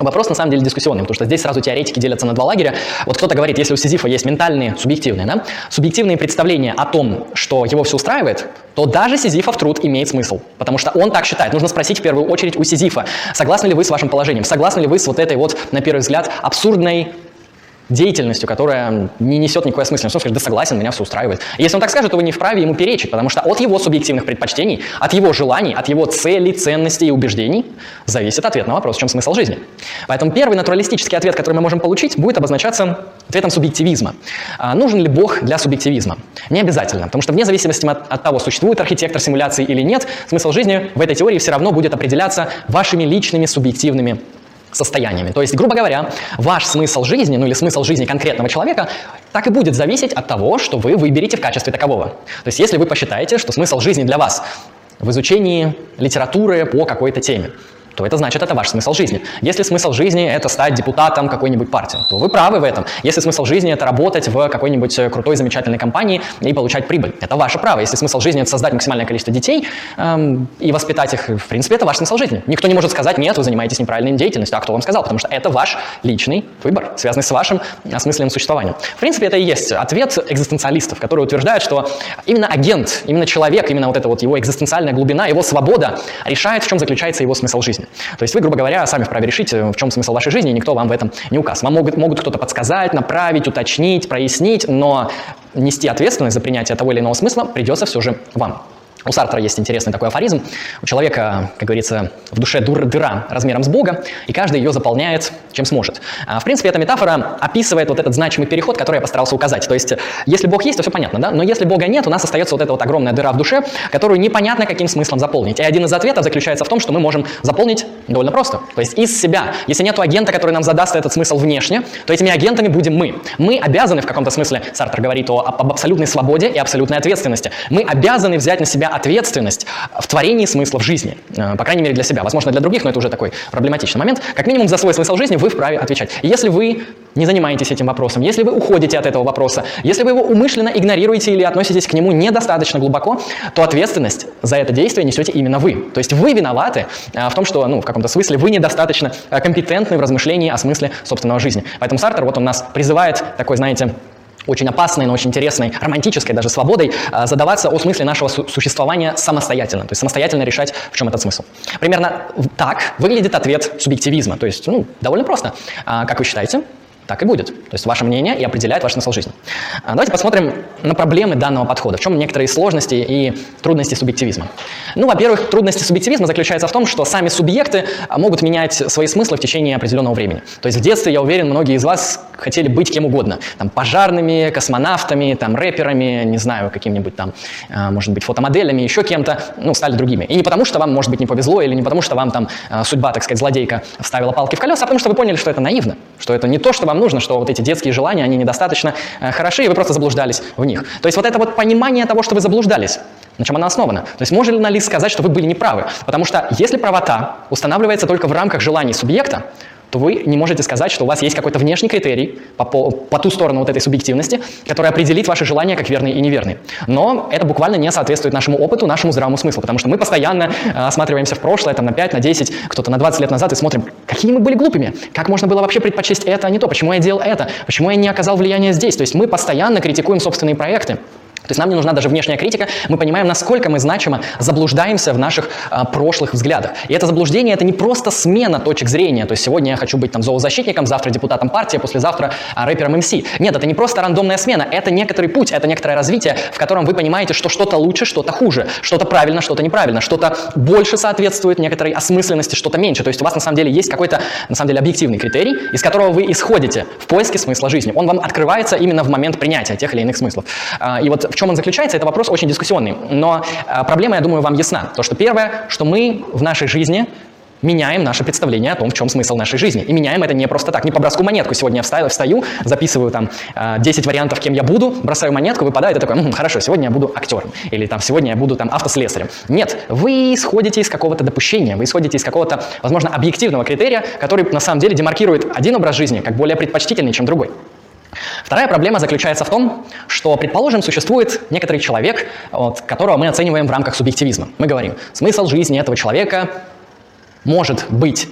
Вопрос на самом деле дискуссионный, потому что здесь сразу теоретики делятся на два лагеря. Вот кто-то говорит, если у Сизифа есть ментальные, субъективные, да, субъективные представления о том, что его все устраивает, то даже Сизифов труд имеет смысл, потому что он так считает. Нужно спросить в первую очередь у Сизифа, согласны ли вы с вашим положением, согласны ли вы с вот этой вот, на первый взгляд, абсурдной деятельностью, которая не несет никакой осмысленности. Он скажет, да согласен, меня все устраивает. И если он так скажет, то вы не вправе ему перечить, потому что от его субъективных предпочтений, от его желаний, от его целей, ценностей и убеждений зависит ответ на вопрос, в чем смысл жизни. Поэтому первый натуралистический ответ, который мы можем получить, будет обозначаться ответом субъективизма. А нужен ли Бог для субъективизма? Не обязательно, потому что вне зависимости от, от того, существует архитектор симуляции или нет, смысл жизни в этой теории все равно будет определяться вашими личными субъективными состояниями. То есть, грубо говоря, ваш смысл жизни, ну или смысл жизни конкретного человека, так и будет зависеть от того, что вы выберете в качестве такового. То есть, если вы посчитаете, что смысл жизни для вас в изучении литературы по какой-то теме, то это значит, это ваш смысл жизни. Если смысл жизни – это стать депутатом какой-нибудь партии, то вы правы в этом. Если смысл жизни – это работать в какой-нибудь крутой, замечательной компании и получать прибыль, это ваше право. Если смысл жизни – это создать максимальное количество детей эм, и воспитать их, в принципе, это ваш смысл жизни. Никто не может сказать, нет, вы занимаетесь неправильной деятельностью. А кто вам сказал? Потому что это ваш личный выбор, связанный с вашим осмысленным существованием. В принципе, это и есть ответ экзистенциалистов, которые утверждают, что именно агент, именно человек, именно вот эта вот его экзистенциальная глубина, его свобода решает, в чем заключается его смысл жизни. То есть вы, грубо говоря, сами вправе решить, в чем смысл вашей жизни, и никто вам в этом не указ. Вам могут, могут кто-то подсказать, направить, уточнить, прояснить, но нести ответственность за принятие того или иного смысла придется все же вам. У Сартра есть интересный такой афоризм. У человека, как говорится, в душе дур, дыра размером с Бога, и каждый ее заполняет, чем сможет. А, в принципе, эта метафора описывает вот этот значимый переход, который я постарался указать. То есть, если Бог есть, то все понятно, да? Но если Бога нет, у нас остается вот эта вот огромная дыра в душе, которую непонятно каким смыслом заполнить. И один из ответов заключается в том, что мы можем заполнить довольно просто. То есть, из себя. Если нет агента, который нам задаст этот смысл внешне, то этими агентами будем мы. Мы обязаны, в каком-то смысле, Сартр говорит о, об абсолютной свободе и абсолютной ответственности. Мы обязаны взять на себя ответственность в творении смысла в жизни, по крайней мере для себя. Возможно, для других, но это уже такой проблематичный момент. Как минимум за свой смысл жизни вы вправе отвечать. И если вы не занимаетесь этим вопросом, если вы уходите от этого вопроса, если вы его умышленно игнорируете или относитесь к нему недостаточно глубоко, то ответственность за это действие несете именно вы. То есть вы виноваты в том, что, ну, в каком-то смысле вы недостаточно компетентны в размышлении о смысле собственного жизни. Поэтому Сартр, вот он нас призывает такой, знаете, очень опасной, но очень интересной, романтической даже свободой э, задаваться о смысле нашего су- существования самостоятельно, то есть самостоятельно решать, в чем этот смысл. Примерно так выглядит ответ субъективизма, то есть, ну, довольно просто. А, как вы считаете? Так и будет. То есть ваше мнение и определяет ваш смысл жизни. А давайте посмотрим на проблемы данного подхода. В чем некоторые сложности и трудности субъективизма. Ну, во-первых, трудности субъективизма заключаются в том, что сами субъекты могут менять свои смыслы в течение определенного времени. То есть в детстве, я уверен, многие из вас хотели быть кем угодно. Там, пожарными, космонавтами, там, рэперами, не знаю, какими-нибудь там, может быть, фотомоделями, еще кем-то, ну, стали другими. И не потому, что вам, может быть, не повезло, или не потому, что вам там судьба, так сказать, злодейка вставила палки в колеса, а потому что вы поняли, что это наивно, что это не то, что вам нужно, что вот эти детские желания, они недостаточно э, хороши, и вы просто заблуждались в них. То есть вот это вот понимание того, что вы заблуждались, на чем оно основано. То есть можно ли сказать, что вы были неправы? Потому что если правота устанавливается только в рамках желаний субъекта, то вы не можете сказать, что у вас есть какой-то внешний критерий по, по, по ту сторону вот этой субъективности, который определит ваши желания как верные и неверные. Но это буквально не соответствует нашему опыту, нашему здравому смыслу, потому что мы постоянно э, осматриваемся в прошлое, там, на пять, на десять, кто-то на двадцать лет назад и смотрим, какие мы были глупыми, как можно было вообще предпочесть это, а не то, почему я делал это, почему я не оказал влияния здесь. То есть мы постоянно критикуем собственные проекты. То есть нам не нужна даже внешняя критика, мы понимаем, насколько мы значимо заблуждаемся в наших а, прошлых взглядах. И это заблуждение – это не просто смена точек зрения, то есть сегодня я хочу быть там зоозащитником, завтра депутатом партии, послезавтра а, рэпером эм си. Нет, это не просто рандомная смена, это некоторый путь, это некоторое развитие, в котором вы понимаете, что что-то лучше, что-то хуже, что-то правильно, что-то неправильно, что-то больше соответствует некоторой осмысленности, что-то меньше. То есть у вас на самом деле есть какой-то, на самом деле, объективный критерий, из которого вы исходите в поиске смысла жизни. Он вам открывается именно в момент принятия тех или иных смыслов. А, и вот в чем он заключается, это вопрос очень дискуссионный. Но а, проблема, я думаю, вам ясна. То, что первое, что мы в нашей жизни меняем наше представление о том, в чем смысл нашей жизни. И меняем это не просто так, не по броску монетку. Сегодня я встаю, встаю, записываю там десять вариантов, кем я буду, бросаю монетку, выпадает и такой, м-м, хорошо, сегодня я буду актером. Или там сегодня я буду там автослесарем. Нет, вы исходите из какого-то допущения, вы исходите из какого-то, возможно, объективного критерия, который на самом деле демаркирует один образ жизни как более предпочтительный, чем другой. Вторая проблема заключается в том, что, предположим, существует некоторый человек, вот, которого мы оцениваем в рамках субъективизма. Мы говорим, смысл жизни этого человека может быть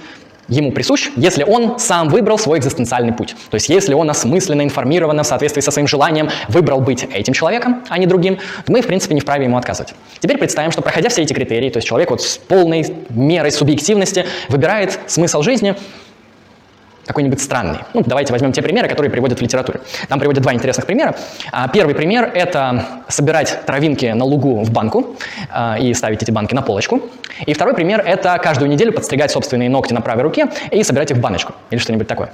ему присущ, если он сам выбрал свой экзистенциальный путь. То есть если он осмысленно, информированно, в соответствии со своим желанием выбрал быть этим человеком, а не другим, то мы, в принципе, не вправе ему отказывать. Теперь представим, что, проходя все эти критерии, то есть человек вот с полной мерой субъективности выбирает смысл жизни какой-нибудь странный. Ну, давайте возьмем те примеры, которые приводят в литературе. Там приводят два интересных примера. Первый пример – это собирать травинки на лугу в банку и ставить эти банки на полочку. И второй пример – это каждую неделю подстригать собственные ногти на правой руке и собирать их в баночку или что-нибудь такое.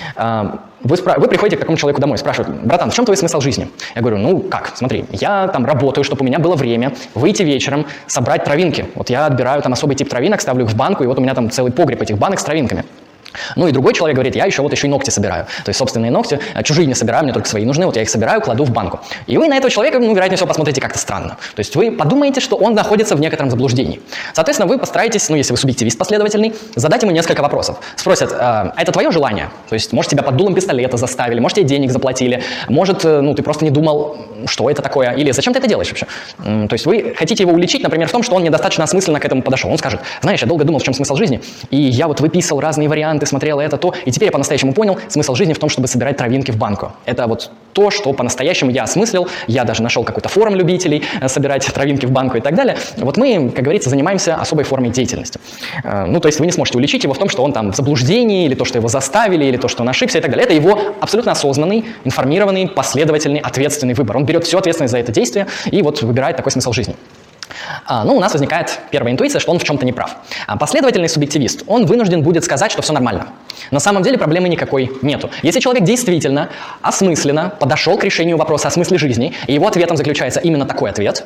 Вы, спра- вы приходите к такому человеку домой и спрашиваете: братан, в чем твой смысл жизни? Я говорю: ну как, смотри, я там работаю, чтобы у меня было время выйти вечером, собрать травинки. Вот я отбираю там особый тип травинок, ставлю их в банку, и вот у меня там целый погреб этих банок с травинками. Ну и другой человек говорит: я еще вот еще и ногти собираю. То есть собственные ногти, чужие не собираю, мне только свои нужны, вот я их собираю, кладу в банку. И вы на этого человека, ну, вероятнее всего, посмотрите как-то странно. То есть вы подумаете, что он находится в некотором заблуждении. Соответственно, вы постараетесь, ну, если вы субъективист последовательный, задать ему несколько вопросов. Спросят: а это твое желание? То есть, может, тебя под дулом пистолета заставили, может, тебе денег заплатили, может, ну, ты просто не думал, что это такое, или зачем ты это делаешь вообще? То есть вы хотите его уличить, например, в том, что он недостаточно осмысленно к этому подошел. Он скажет: знаешь, я долго думал, в чем смысл жизни, и я вот выписывал разные варианты, смотрел это, то, и теперь я по-настоящему понял, смысл жизни в том, чтобы собирать травинки в банку. Это вот то, что по-настоящему я осмыслил, я даже нашел какой-то форум любителей собирать травинки в банку и так далее. Вот мы, как говорится, занимаемся особой формой деятельности. Ну, то есть вы не сможете уличить его в том, что он там в заблуждении, или то, что его заставили, или то, что он ошибся и так далее. Это его абсолютно осознанный, информированный, последовательный, ответственный выбор. Он берет всю ответственность за это действие и вот выбирает такой смысл жизни. А, ну, у нас возникает первая интуиция, что он в чем-то не прав. А последовательный субъективист, он вынужден будет сказать, что все нормально. На самом деле проблемы никакой нету. Если человек действительно осмысленно подошел к решению вопроса о смысле жизни, и его ответом заключается именно такой ответ,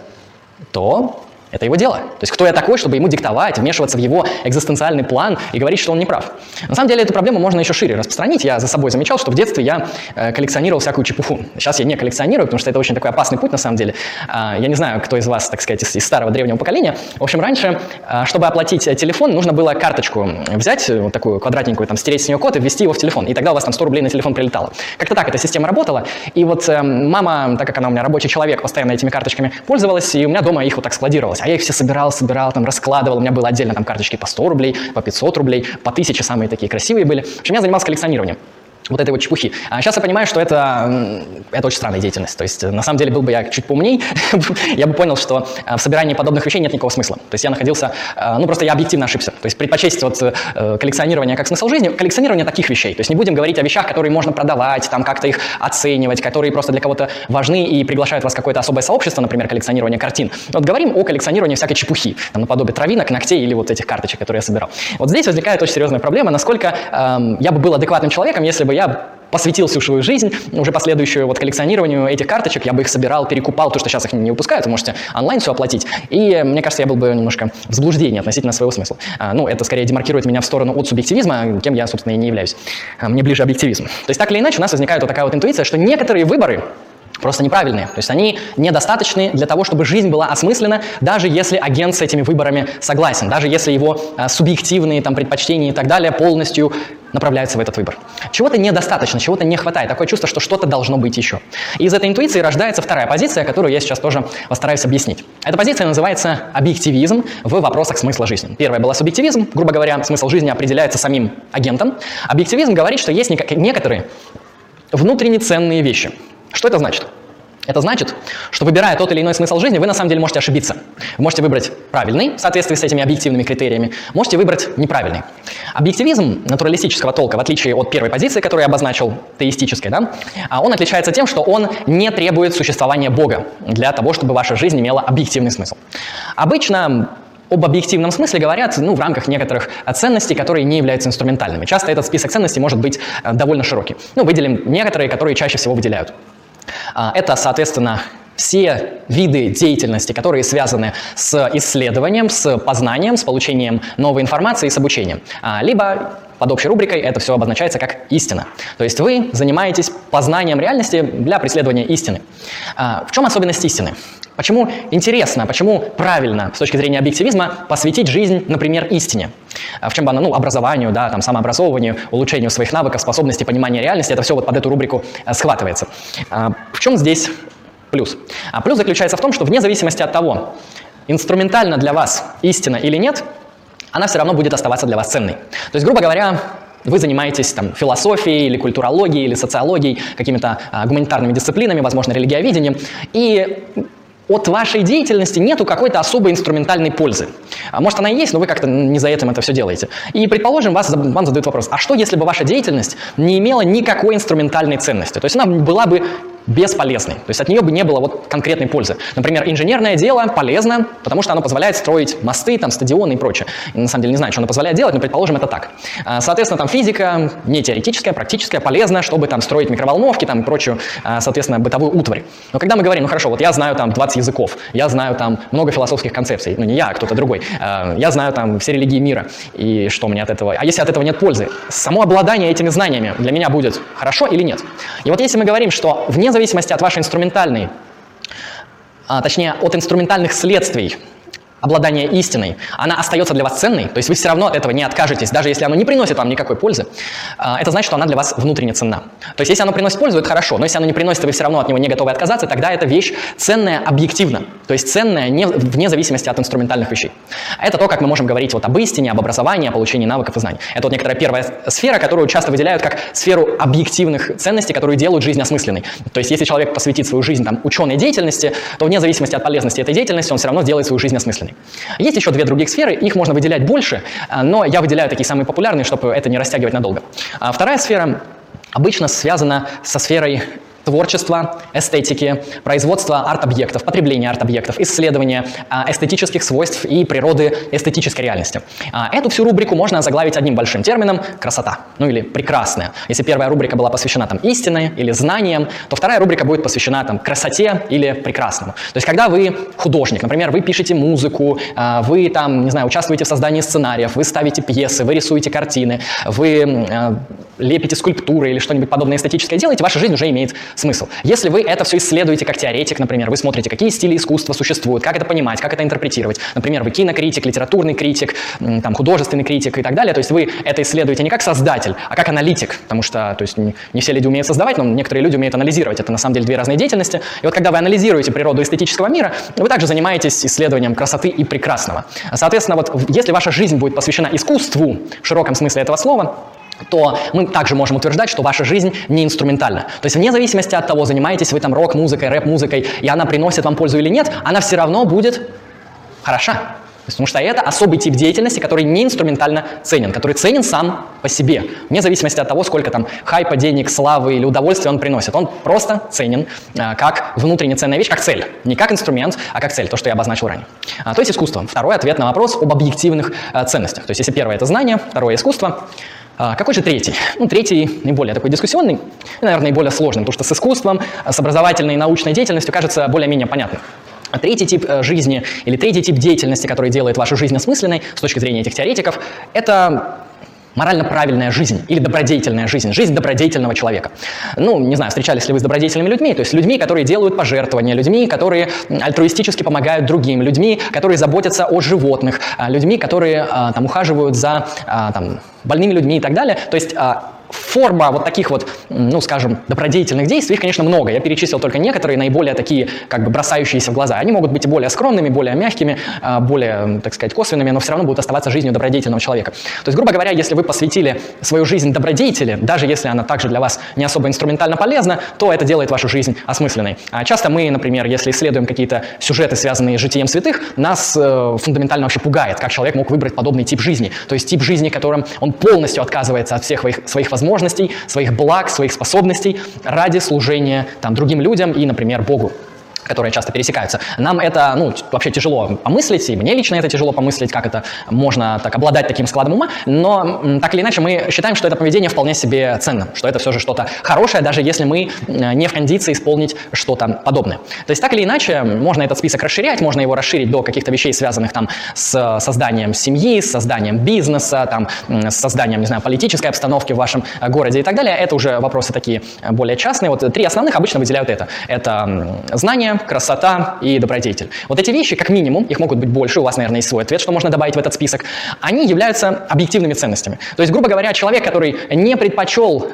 то это его дело. То есть кто я такой, чтобы ему диктовать, вмешиваться в его экзистенциальный план и говорить, что он не прав. На самом деле эту проблему можно еще шире распространить. Я за собой замечал, что в детстве я э, коллекционировал всякую чепуху. Сейчас я не коллекционирую, потому что это очень такой опасный путь на самом деле. Э, я не знаю, кто из вас, так сказать, из, из старого древнего поколения. В общем, раньше, э, чтобы оплатить телефон, нужно было карточку взять, вот такую квадратненькую, там, стереть с нее код и ввести его в телефон. И тогда у вас там сто рублей на телефон прилетало. Как-то так эта система работала. И вот э, мама, так как она у меня рабочий человек, постоянно этими карточками пользовалась, и у меня дома их вот так складировалось. А я их все собирал, собирал, там, раскладывал. У меня было отдельно там карточки по сто рублей, по пятьсот рублей, по тысяче, самые такие красивые были. В общем, я занимался коллекционированием вот этой вот чепухи. А сейчас я понимаю, что это, это очень странная деятельность. То есть, на самом деле, был бы я чуть поумней, я бы понял, что в собирании подобных вещей нет никакого смысла. То есть я находился, ну просто я объективно ошибся. То есть предпочесть вот коллекционирование как смысл жизни, коллекционирование таких вещей. То есть не будем говорить о вещах, которые можно продавать, там как-то их оценивать, которые просто для кого-то важны и приглашают вас в какое-то особое сообщество, например, коллекционирование картин. Вот говорим о коллекционировании всякой чепухи, там, наподобие травинок, ногтей или вот этих карточек, которые я собирал. Вот здесь возникает очень серьезная проблема, насколько эм, я бы был адекватным человеком, если бы я посвятил всю свою жизнь, уже последующую вот коллекционированию этих карточек, я бы их собирал, перекупал, то, что сейчас их не выпускают, вы можете онлайн все оплатить. И мне кажется, я был бы немножко в заблуждении относительно своего смысла. А, ну, это скорее демаркирует меня в сторону от субъективизма, кем я, собственно, и не являюсь. А, мне ближе объективизм. То есть так или иначе у нас возникает вот такая вот интуиция, что некоторые выборы просто неправильные. То есть они недостаточны для того, чтобы жизнь была осмыслена, даже если агент с этими выборами согласен, даже если его а, субъективные там, предпочтения и так далее полностью направляются в этот выбор. Чего-то недостаточно, чего-то не хватает. Такое чувство, что что-то должно быть еще. И из этой интуиции рождается вторая позиция, которую я сейчас тоже постараюсь объяснить. Эта позиция называется объективизм в вопросах смысла жизни. Первая была субъективизм. Грубо говоря, смысл жизни определяется самим агентом. Объективизм говорит, что есть некоторые внутренне ценные вещи. Что это значит? Это значит, что выбирая тот или иной смысл жизни, вы на самом деле можете ошибиться. Вы можете выбрать правильный в соответствии с этими объективными критериями, можете выбрать неправильный. Объективизм натуралистического толка, в отличие от первой позиции, которую я обозначил, теистической, да, он отличается тем, что он не требует существования Бога для того, чтобы ваша жизнь имела объективный смысл. Обычно об объективном смысле говорят ну, в рамках некоторых ценностей, которые не являются инструментальными. Часто этот список ценностей может быть довольно широкий. Ну, выделим некоторые, которые чаще всего выделяют. Это, соответственно, все виды деятельности, которые связаны с исследованием, с познанием, с получением новой информации и с обучением. Либо под общей рубрикой это все обозначается как истина. То есть вы занимаетесь познанием реальности для преследования истины. В чем особенность истины? Почему интересно, почему правильно с точки зрения объективизма посвятить жизнь, например, истине? В чем бы она, ну, образованию, да, там, самообразованию, улучшению своих навыков, способностей, понимания реальности, это все вот под эту рубрику схватывается. В чем здесь плюс? А плюс заключается в том, что вне зависимости от того, инструментально для вас истина или нет, она все равно будет оставаться для вас ценной. То есть, грубо говоря, вы занимаетесь там, философией или культурологией, или социологией, какими-то а, гуманитарными дисциплинами, возможно, религиоведением, и от вашей деятельности нету какой-то особой инструментальной пользы. Может, она и есть, но вы как-то не за этим это все делаете. И, предположим, вас, вам задают вопрос, а что, если бы ваша деятельность не имела никакой инструментальной ценности? То есть она была бы бесполезной, то есть от нее бы не было вот конкретной пользы. Например, инженерное дело полезно, потому что оно позволяет строить мосты, там, стадионы и прочее. И, на самом деле не знаю, что оно позволяет делать, но, предположим, это так. Соответственно, там физика не теоретическая, практическая, полезна, чтобы там строить микроволновки там, и прочую, соответственно, бытовую утварь. Но когда мы говорим, ну хорошо, вот я знаю там двадцать языков, я знаю там много философских концепций, ну не я, а кто-то другой, я знаю там все религии мира, и что мне от этого, а если от этого нет пользы? Само обладание этими знаниями для меня будет хорошо или нет? И вот если мы говорим, что вне зависимости от вашей инструментальной, а, точнее, от инструментальных следствий обладание истиной, она остается для вас ценной, то есть вы все равно от этого не откажетесь, даже если оно не приносит вам никакой пользы, это значит, что она для вас внутренне ценна. То есть если оно приносит пользу, это хорошо, но если оно не приносит, и вы все равно от него не готовы отказаться, тогда эта вещь ценная объективно, то есть ценная не, вне зависимости от инструментальных вещей. Это то, как мы можем говорить вот об истине, об образовании, о получении навыков и знаний. Это вот некоторая первая сфера, которую часто выделяют как сферу объективных ценностей, которые делают жизнь осмысленной. То есть если человек посвятит свою жизнь там, ученой деятельности, то вне зависимости от полезности этой деятельности он все равно делает свою жизнь осмысленной. Есть еще две других сферы, их можно выделять больше, но я выделяю такие самые популярные, чтобы это не растягивать надолго. Вторая сфера обычно связана со сферой творчества, эстетики, производства арт-объектов, потребления арт-объектов, исследования а, эстетических свойств и природы эстетической реальности. А, эту всю рубрику можно озаглавить одним большим термином – красота, ну или прекрасная. Если первая рубрика была посвящена там истине или знаниям, то вторая рубрика будет посвящена там красоте или прекрасному. То есть когда вы художник, например, вы пишете музыку, а, вы там, не знаю, участвуете в создании сценариев, вы ставите пьесы, вы рисуете картины, вы а, лепите скульптуры или что-нибудь подобное эстетическое делаете, ваша жизнь уже имеет смысл. Если вы это все исследуете как теоретик, например, вы смотрите, какие стили искусства существуют, как это понимать, как это интерпретировать. Например, вы кинокритик, литературный критик, там, художественный критик и так далее. То есть вы это исследуете не как создатель, а как аналитик, потому что то есть, не, не все люди умеют создавать, но некоторые люди умеют анализировать. Это на самом деле две разные деятельности. И вот когда вы анализируете природу эстетического мира, вы также занимаетесь исследованием красоты и прекрасного. Соответственно, вот если ваша жизнь будет посвящена искусству в широком смысле этого слова, то мы также можем утверждать, что ваша жизнь не инструментальна. То есть вне зависимости от того, занимаетесь вы там рок-музыкой, рэп-музыкой, и она приносит вам пользу или нет, она все равно будет хороша. Потому что это особый тип деятельности, который не инструментально ценен, который ценен сам по себе, вне зависимости от того, сколько там хайпа, денег, славы или удовольствия он приносит. Он просто ценен а, как внутренне ценная вещь, как цель. Не как инструмент, а как цель, то, что я обозначил ранее. А, то есть искусство. Второй ответ на вопрос об объективных а, ценностях. То есть если первое – это знание, второе – искусство. А, какой же третий? Ну, третий наиболее такой дискуссионный, и, наверное, наиболее сложный, потому что с искусством, с образовательной и научной деятельностью кажется более-менее понятным. А третий тип э, жизни или третий тип деятельности, который делает вашу жизнь осмысленной с точки зрения этих теоретиков, это морально правильная жизнь или добродетельная жизнь, жизнь добродетельного человека. Ну, не знаю, встречались ли вы с добродетельными людьми, то есть людьми, которые делают пожертвования, людьми, которые альтруистически помогают другим, людьми, которые заботятся о животных, людьми, которые а, там ухаживают за а, там, больными людьми и так далее. То есть а, форма вот таких вот, ну, скажем, добродетельных действий, их, конечно, много. Я перечислил только некоторые, наиболее такие, как бы, бросающиеся в глаза. Они могут быть и более скромными, более мягкими, более, так сказать, косвенными, но все равно будут оставаться жизнью добродетельного человека. То есть, грубо говоря, если вы посвятили свою жизнь добродетели, даже если она также для вас не особо инструментально полезна, то это делает вашу жизнь осмысленной. А часто мы, например, если исследуем какие-то сюжеты, связанные с житием святых, нас э, фундаментально вообще пугает, как человек мог выбрать подобный тип жизни. То есть тип жизни, которым он полностью отказывается от всех своих, своих возможностей, своих благ, своих способностей ради служения там, другим людям и, например, Богу, которые часто пересекаются. Нам это, ну, вообще тяжело помыслить, и мне лично это тяжело помыслить, как это можно так обладать таким складом ума, но так или иначе мы считаем, что это поведение вполне себе ценным, что это все же что-то хорошее, даже если мы не в кондиции исполнить что-то подобное. То есть так или иначе можно этот список расширять, можно его расширить до каких-то вещей, связанных там с созданием семьи, с созданием бизнеса, там, с созданием, не знаю, политической обстановки в вашем городе и так далее. Это уже вопросы такие более частные. Вот три основных обычно выделяют это. Это знание, красота и добродетель. Вот эти вещи, как минимум, их могут быть больше, у вас, наверное, есть свой ответ, что можно добавить в этот список, они являются объективными ценностями. То есть, грубо говоря, человек, который не предпочел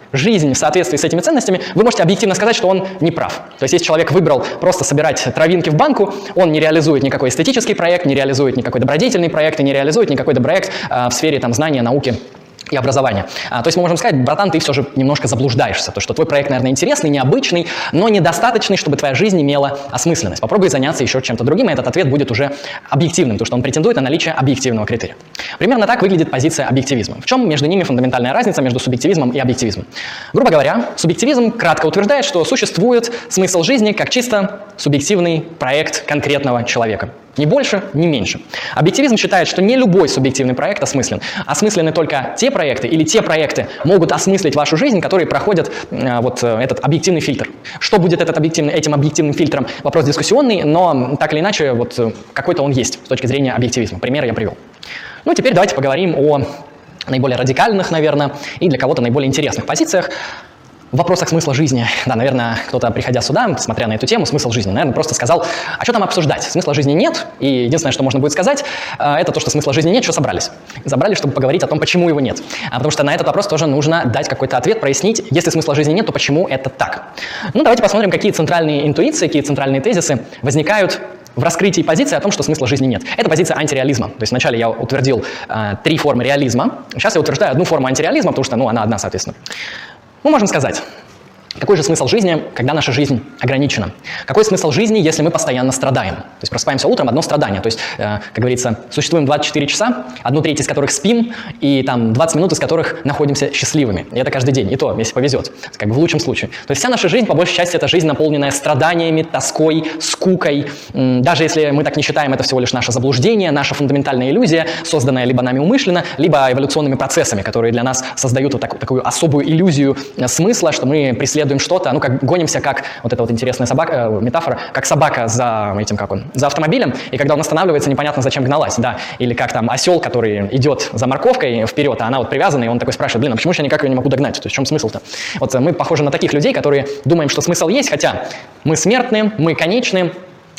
жизнь в соответствии с этими ценностями, вы можете объективно сказать, что он не прав. То есть если человек выбрал просто собирать травинки в банку, он не реализует никакой эстетический проект, не реализует никакой добродетельный проект и не реализует никакой проект а, в сфере там, знания, науки и образования. А, то есть мы можем сказать, братан, ты все же немножко заблуждаешься, то, что твой проект, наверное, интересный, необычный, но недостаточный, чтобы твоя жизнь имела осмысленность. Попробуй заняться еще чем-то другим, и этот ответ будет уже объективным, потому что он претендует на наличие объективного критерия. Примерно так выглядит позиция объективизма. В чем между ними фундаментальная разница между субъективизмом и объективизмом? Грубо говоря, субъективизм кратко утверждает, что существует смысл жизни как чисто субъективный проект конкретного человека. Ни больше, ни меньше. Объективизм считает, что не любой субъективный проект осмыслен. Осмыслены только те проекты или те проекты могут осмыслить вашу жизнь, которые проходят э, вот э, этот объективный фильтр. Что будет этот объективный, этим объективным фильтром? Вопрос дискуссионный, но так или иначе вот э, какой-то он есть с точки зрения объективизма. Примеры я привел. Ну, теперь давайте поговорим о наиболее радикальных, наверное, и для кого-то наиболее интересных позициях. В вопросах смысла жизни, да, наверное, кто-то, приходя сюда, смотря на эту тему, смысл жизни, наверное, просто сказал, а что там обсуждать? Смысла жизни нет, и единственное, что можно будет сказать, это то, что смысла жизни нет, что собрались. Собрались, чтобы поговорить о том, почему его нет. А потому что на этот вопрос тоже нужно дать какой-то ответ, прояснить, если смысла жизни нет, то почему это так? Ну, давайте посмотрим, какие центральные интуиции, какие центральные тезисы возникают в раскрытии позиции о том, что смысла жизни нет. Это позиция антиреализма. То есть вначале я утвердил э, три формы реализма, сейчас я утверждаю одну форму антиреализма, потому что, ну, она одна, соответственно. Мы можем сказать, какой же смысл жизни, когда наша жизнь ограничена? Какой смысл жизни, если мы постоянно страдаем? То есть просыпаемся утром, одно страдание. То есть, э, как говорится, существуем двадцать четыре часа, одну треть из которых спим, и там двадцать минут из которых находимся счастливыми. И это каждый день, и то, если повезет, как бы в лучшем случае. То есть вся наша жизнь, по большей части, это жизнь, наполненная страданиями, тоской, скукой. Даже если мы так не считаем, это всего лишь наше заблуждение, наша фундаментальная иллюзия, созданная либо нами умышленно, либо эволюционными процессами, которые для нас создают вот так, такую особую иллюзию смысла, что мы преследуем что-то, ну, как гонимся, как вот эта вот интересная собака, э, метафора, как собака за этим, как он, за автомобилем, и когда он останавливается, непонятно, зачем гналась, да, или как там осел, который идет за морковкой вперед, а она вот привязана, и он такой спрашивает, блин, а почему же я никак ее не могу догнать, то есть в чем смысл-то? Вот мы похожи на таких людей, которые думаем, что смысл есть, хотя мы смертны, мы конечны,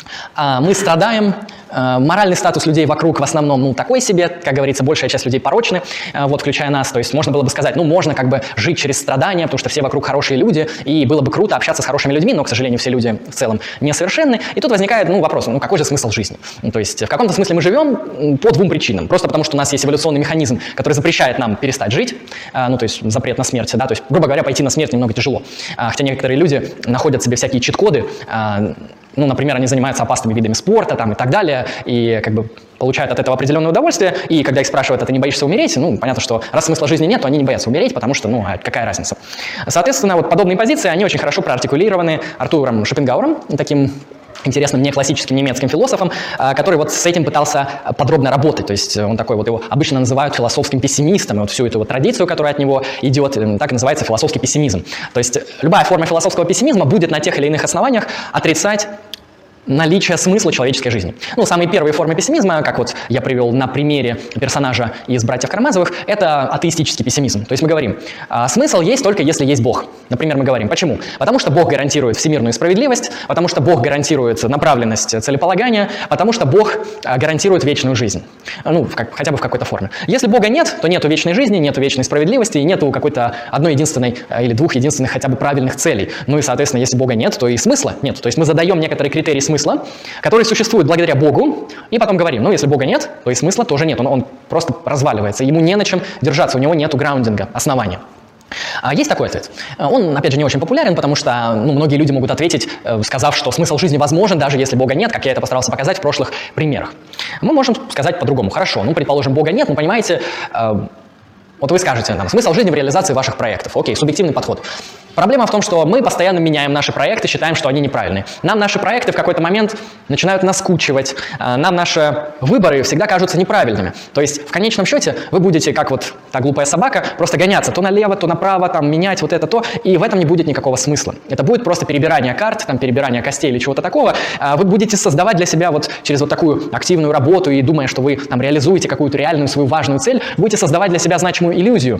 мы страдаем, моральный статус людей вокруг в основном, ну, такой себе, как говорится, большая часть людей порочны, вот, включая нас, то есть можно было бы сказать, ну, можно как бы жить через страдания, потому что все вокруг хорошие люди, и было бы круто общаться с хорошими людьми, но, к сожалению, все люди в целом несовершенны, и тут возникает, ну, вопрос, ну, какой же смысл жизни? Ну, то есть в каком-то смысле мы живем по двум причинам, просто потому что у нас есть эволюционный механизм, который запрещает нам перестать жить, ну, то есть запрет на смерть, да, то есть, грубо говоря, пойти на смерть немного тяжело, хотя некоторые люди находят себе всякие чит-коды, ну, например, они занимаются опасными видами спорта там, и так далее, и как бы получают от этого определенное удовольствие, и когда их спрашивают, а ты не боишься умереть, ну, понятно, что раз смысла жизни нет, то они не боятся умереть, потому что, ну, а какая разница. Соответственно, вот подобные позиции, они очень хорошо проартикулированы Артуром Шопенгауэром, таким интересным неклассическим немецким философом, который вот с этим пытался подробно работать. То есть он такой вот, его обычно называют философским пессимистом. И вот всю эту вот традицию, которая от него идет, так и называется философский пессимизм. То есть любая форма философского пессимизма будет на тех или иных основаниях отрицать наличие смысла человеческой жизни. Ну, самые первые формы пессимизма, как вот я привел на примере персонажа из «Братьев Карамазовых», это атеистический пессимизм. То есть мы говорим, а, смысл есть только если есть Бог. Например, мы говорим, почему? Потому что Бог гарантирует всемирную справедливость, потому что Бог гарантирует направленность целеполагания, потому что Бог а, гарантирует вечную жизнь. Ну, в как, хотя бы в какой-то форме. Если Бога нет, то нету вечной жизни, нету вечной справедливости, и нету какой-то одной единственной или двух единственных хотя бы правильных целей. Ну и, соответственно, если Бога нет, то и смысла нет. То есть мы задаем некоторые критерии смысла, который существует благодаря Богу, и потом говорим, ну, если Бога нет, то и смысла тоже нет, он, он просто разваливается, ему не на чем держаться, у него нету граундинга, основания. А есть такой ответ. Он, опять же, не очень популярен, потому что ну, многие люди могут ответить, сказав, что смысл жизни возможен, даже если Бога нет, как я это постарался показать в прошлых примерах. Мы можем сказать по-другому. Хорошо, ну, предположим, Бога нет, ну, понимаете, вот вы скажете нам, смысл жизни в реализации ваших проектов. Окей, субъективный подход. Проблема в том, что мы постоянно меняем наши проекты, считаем, что они неправильные. Нам наши проекты в какой-то момент начинают наскучивать, нам наши выборы всегда кажутся неправильными. То есть в конечном счете вы будете, как вот та глупая собака, просто гоняться то налево, то направо, там, менять вот это, то, и в этом не будет никакого смысла. Это будет просто перебирание карт, там, перебирание костей или чего-то такого. Вы будете создавать для себя вот через вот такую активную работу и думая, что вы там реализуете какую-то реальную свою важную цель, будете создавать для себя значимую иллюзию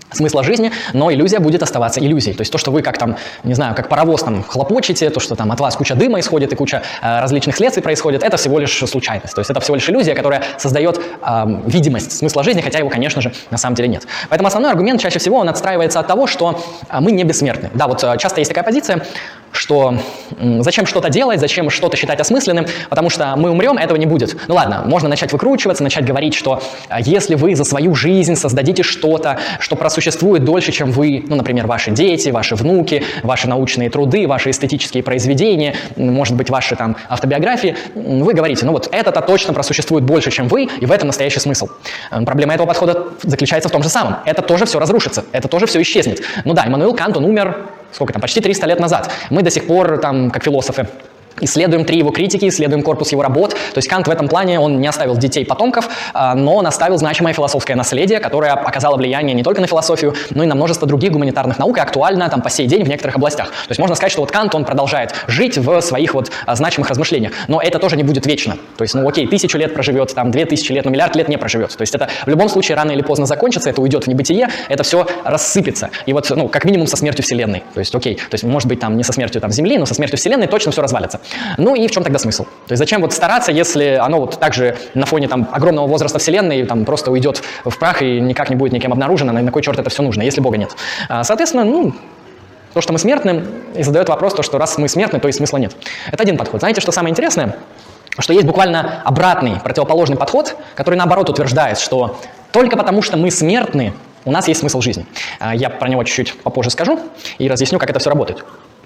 смысла жизни, но иллюзия будет оставаться иллюзией. То есть то, что вы как там, не знаю, как паровоз там хлопочете, то, что там от вас куча дыма исходит и куча э, различных следствий происходит, это всего лишь случайность. То есть это всего лишь иллюзия, которая создает э, видимость смысла жизни, хотя его, конечно же, на самом деле нет. Поэтому основной аргумент чаще всего он отстраивается от того, что э, мы не бессмертны. Да, вот э, часто есть такая позиция, что м, зачем что-то делать, зачем что-то считать осмысленным, потому что мы умрем, этого не будет. Ну ладно, можно начать выкручиваться, начать говорить, что э, если вы за свою жизнь создадите что-то, что просуществует дольше, чем вы, ну, например, ваши дети, ваши внуки, ваши научные труды, ваши эстетические произведения, может быть, ваши там автобиографии, вы говорите, ну вот это-то точно просуществует больше, чем вы, и в этом настоящий смысл. Э, проблема этого подхода заключается в том же самом. Это тоже все разрушится, это тоже все исчезнет. Ну да, Иммануил Кант, он умер, сколько там, почти триста лет назад. Мы до сих пор, там, как философы, исследуем три его критики, исследуем корпус его работ. То есть Кант в этом плане, он не оставил детей потомков, но он оставил значимое философское наследие, которое оказало влияние не только на философию, но и на множество других гуманитарных наук, и актуально там по сей день в некоторых областях. То есть можно сказать, что вот Кант, он продолжает жить в своих вот значимых размышлениях, но это тоже не будет вечно. То есть, ну окей, тысячу лет проживет, там, две тысячи лет, но миллиард лет не проживет. То есть это в любом случае рано или поздно закончится, это уйдет в небытие, это все рассыпется. И вот, ну, как минимум со смертью Вселенной. То есть, окей, то есть, может быть, там не со смертью там, Земли, но со смертью Вселенной точно все развалится. Ну и в чем тогда смысл? То есть зачем вот стараться, если оно вот также на фоне там огромного возраста Вселенной там просто уйдет в прах и никак не будет никем обнаружено, на, на кой черт это все нужно, если Бога нет? А, соответственно, ну, то, что мы смертны, и задает вопрос, то, что раз мы смертны, то и смысла нет. Это один подход. Знаете, что самое интересное? Что есть буквально обратный, противоположный подход, который наоборот утверждает, что только потому, что мы смертны, у нас есть смысл жизни. А, я про него чуть-чуть попозже скажу и разъясню, как это все работает.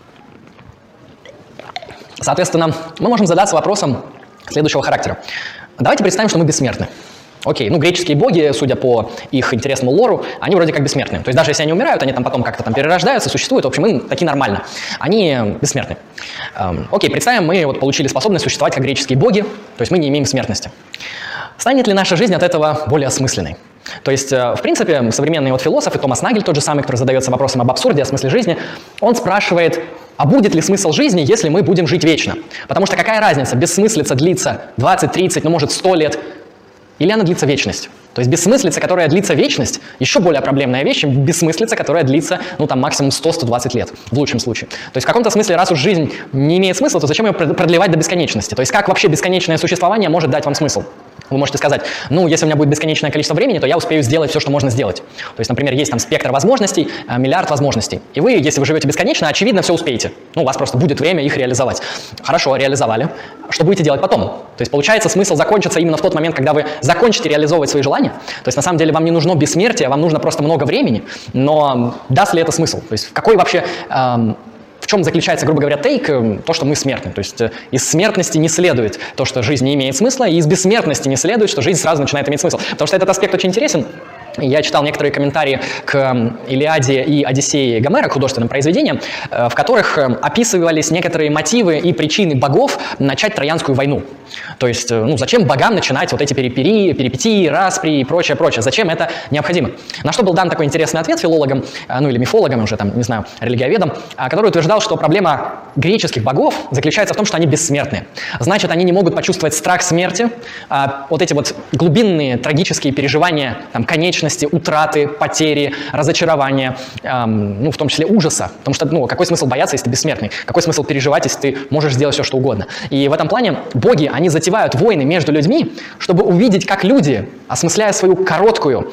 Соответственно, мы можем задаться вопросом следующего характера. Давайте представим, что мы бессмертны. Окей, ну греческие боги, судя по их интересному лору, они вроде как бессмертны. То есть даже если они умирают, они там потом как-то там перерождаются, существуют, в общем, им таки нормально. Они бессмертны. Эм, окей, представим, мы вот получили способность существовать как греческие боги, то есть мы не имеем смертности. Станет ли наша жизнь от этого более осмысленной? То есть, в принципе, современный вот философ, и Томас Нагель, тот же самый, который задается вопросом об абсурде, о смысле жизни, он спрашивает, а будет ли смысл жизни, если мы будем жить вечно? Потому что какая разница, бессмыслица длится двадцать, тридцать, ну может сто лет, или она длится вечность? То есть бессмыслица, которая длится вечность, еще более проблемная вещь, чем бессмыслица, которая длится, ну там максимум сто — сто двадцать лет, в лучшем случае. То есть в каком-то смысле, раз уж жизнь не имеет смысла, то зачем ее продлевать до бесконечности? То есть как вообще бесконечное существование может дать вам смысл? Вы можете сказать, ну, если у меня будет бесконечное количество времени, то я успею сделать все, что можно сделать. То есть, например, есть там спектр возможностей, миллиард возможностей. И вы, если вы живете бесконечно, очевидно, все успеете. Ну, у вас просто будет время их реализовать. Хорошо, реализовали. Что будете делать потом? То есть, получается, смысл закончится именно в тот момент, когда вы закончите реализовывать свои желания. То есть, на самом деле, вам не нужно бессмертие, вам нужно просто много времени. Но даст ли это смысл? То есть, в какой вообще... Эм, В чем заключается, грубо говоря, тейк? То, что мы смертны. То есть из смертности не следует то, что жизнь не имеет смысла, и из бессмертности не следует, что жизнь сразу начинает иметь смысл. Потому что этот аспект очень интересен. Я читал некоторые комментарии к «Илиаде» и «Одиссее» Гомера, к художественным произведениям, в которых описывались некоторые мотивы и причины богов начать Троянскую войну. То есть, ну, зачем богам начинать вот эти перипетии, перипетии, распри и прочее, прочее? Зачем это необходимо? На что был дан такой интересный ответ филологам, ну или мифологам, уже там, не знаю, религиоведам, который утверждал, что проблема греческих богов заключается в том, что они бессмертны. Значит, они не могут почувствовать страх смерти, а вот эти вот глубинные трагические переживания, там, конечности, утраты, потери, разочарования, эм, ну, в том числе ужаса. Потому что, ну, какой смысл бояться, если ты бессмертный? Какой смысл переживать, если ты можешь сделать все, что угодно? И в этом плане боги, они затевают войны между людьми, чтобы увидеть, как люди, осмысляя свою короткую,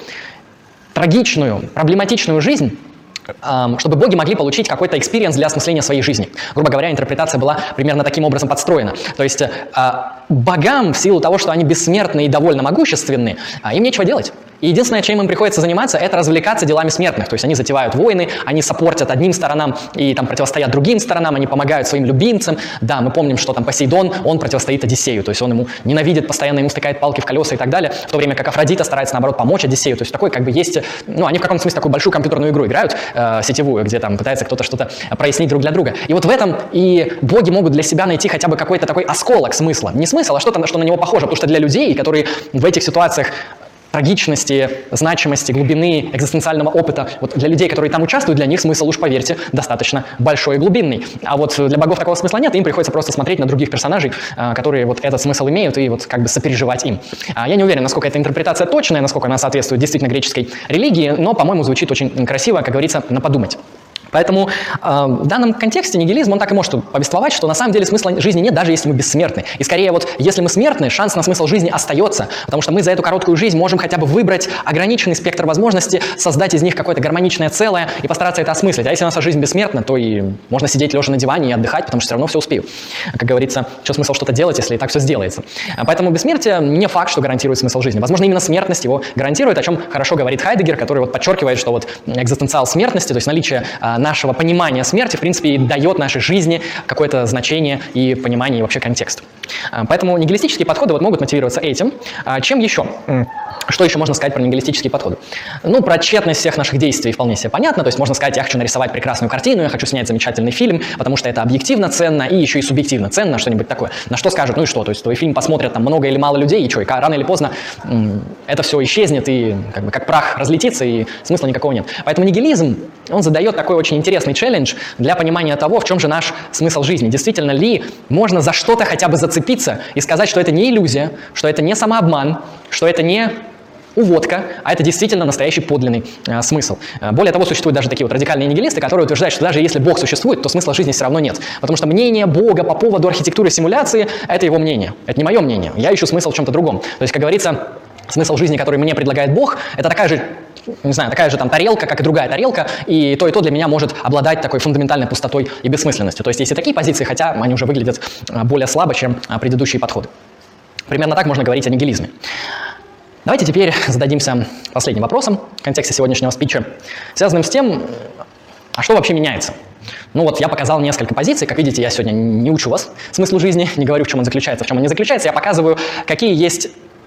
трагичную, проблематичную жизнь, чтобы боги могли получить какой-то экспириенс для осмысления своей жизни. Грубо говоря, интерпретация была примерно таким образом подстроена. То есть богам, в силу того, что они бессмертны и довольно могущественны, им нечего делать. И единственное, чем им приходится заниматься, это развлекаться делами смертных. То есть они затевают войны, они саппортят одним сторонам и там противостоят другим сторонам, они помогают своим любимцам. Да, мы помним, что там Посейдон, он противостоит Одиссею, то есть он ему ненавидит, постоянно ему втыкает палки в колеса и так далее, в то время как Афродита старается, наоборот, помочь Одиссею. То есть такой как бы есть, ну, они в каком-то смысле такую большую компьютерную игру играют, э, сетевую, где там пытается кто-то что-то прояснить друг для друга. И вот в этом и боги могут для себя найти хотя бы какой-то такой осколок смысла. Не смысл, а что-то, что на него похоже, потому что для людей, которые в этих ситуациях трагичности, значимости, глубины экзистенциального опыта. Вот для людей, которые там участвуют, для них смысл, уж поверьте, достаточно большой и глубинный. А вот для богов такого смысла нет, и им приходится просто смотреть на других персонажей, которые вот этот смысл имеют, и вот как бы сопереживать им. Я не уверен, насколько эта интерпретация точная, насколько она соответствует действительно греческой религии, но, по-моему, звучит очень красиво, как говорится, на подумать. Поэтому э, в данном контексте нигилизм, он так и может повествовать, что на самом деле смысла жизни нет, даже если мы бессмертны. И скорее вот, если мы смертны, шанс на смысл жизни остается, потому что мы за эту короткую жизнь можем хотя бы выбрать ограниченный спектр возможностей, создать из них какое-то гармоничное целое и постараться это осмыслить. А если наша жизнь бессмертна, то и можно сидеть лежа на диване и отдыхать, потому что все равно все успею. Как говорится, что смысл что-то делать, если и так все сделается. Поэтому бессмертие не факт, что гарантирует смысл жизни. Возможно, именно смертность его гарантирует, о чем хорошо говорит Хайдеггер, который вот подчеркивает, что вот экзистенциал смертности, то есть наличие э, нашего понимания смерти, в принципе, и дает нашей жизни какое-то значение и понимание, и вообще контекст. Поэтому нигилистические подходы вот могут мотивироваться этим. Чем еще? Что еще можно сказать про нигилистические подходы? Ну, про тщетность всех наших действий вполне себе понятно. То есть можно сказать, я хочу нарисовать прекрасную картину, я хочу снять замечательный фильм, потому что это объективно ценно и еще и субъективно ценно, что-нибудь такое. На что скажут, ну и что? То есть твой фильм посмотрят там много или мало людей, и что? И рано или поздно это все исчезнет и как бы как прах разлетится, и смысла никакого нет. Поэтому нигилизм, он задает такой очень интересный челлендж для понимания того, в чем же наш смысл жизни. Действительно ли можно за что-то хотя бы зацепиться и сказать, что это не иллюзия, что это не самообман, что это не уводка, а это действительно настоящий подлинный э, смысл. Более того, существуют даже такие вот радикальные нигилисты, которые утверждают, что даже если Бог существует, то смысла жизни все равно нет. Потому что мнение Бога по поводу архитектуры симуляции – это его мнение. Это не мое мнение. Я ищу смысл в чем-то другом. То есть, как говорится, смысл жизни, который мне предлагает Бог, это такая же, не знаю, такая же там тарелка, как и другая тарелка, и то и то для меня может обладать такой фундаментальной пустотой и бессмысленностью. То есть есть и такие позиции, хотя они уже выглядят более слабо, чем предыдущие подходы. Примерно так можно говорить о нигилизме. Давайте теперь зададимся последним вопросом в контексте сегодняшнего спича, связанным с тем, а что вообще меняется? Ну вот я показал несколько позиций, как видите, я сегодня не учу вас смыслу жизни, не говорю, в чем он заключается, в чем он не заключается, я показываю, какие есть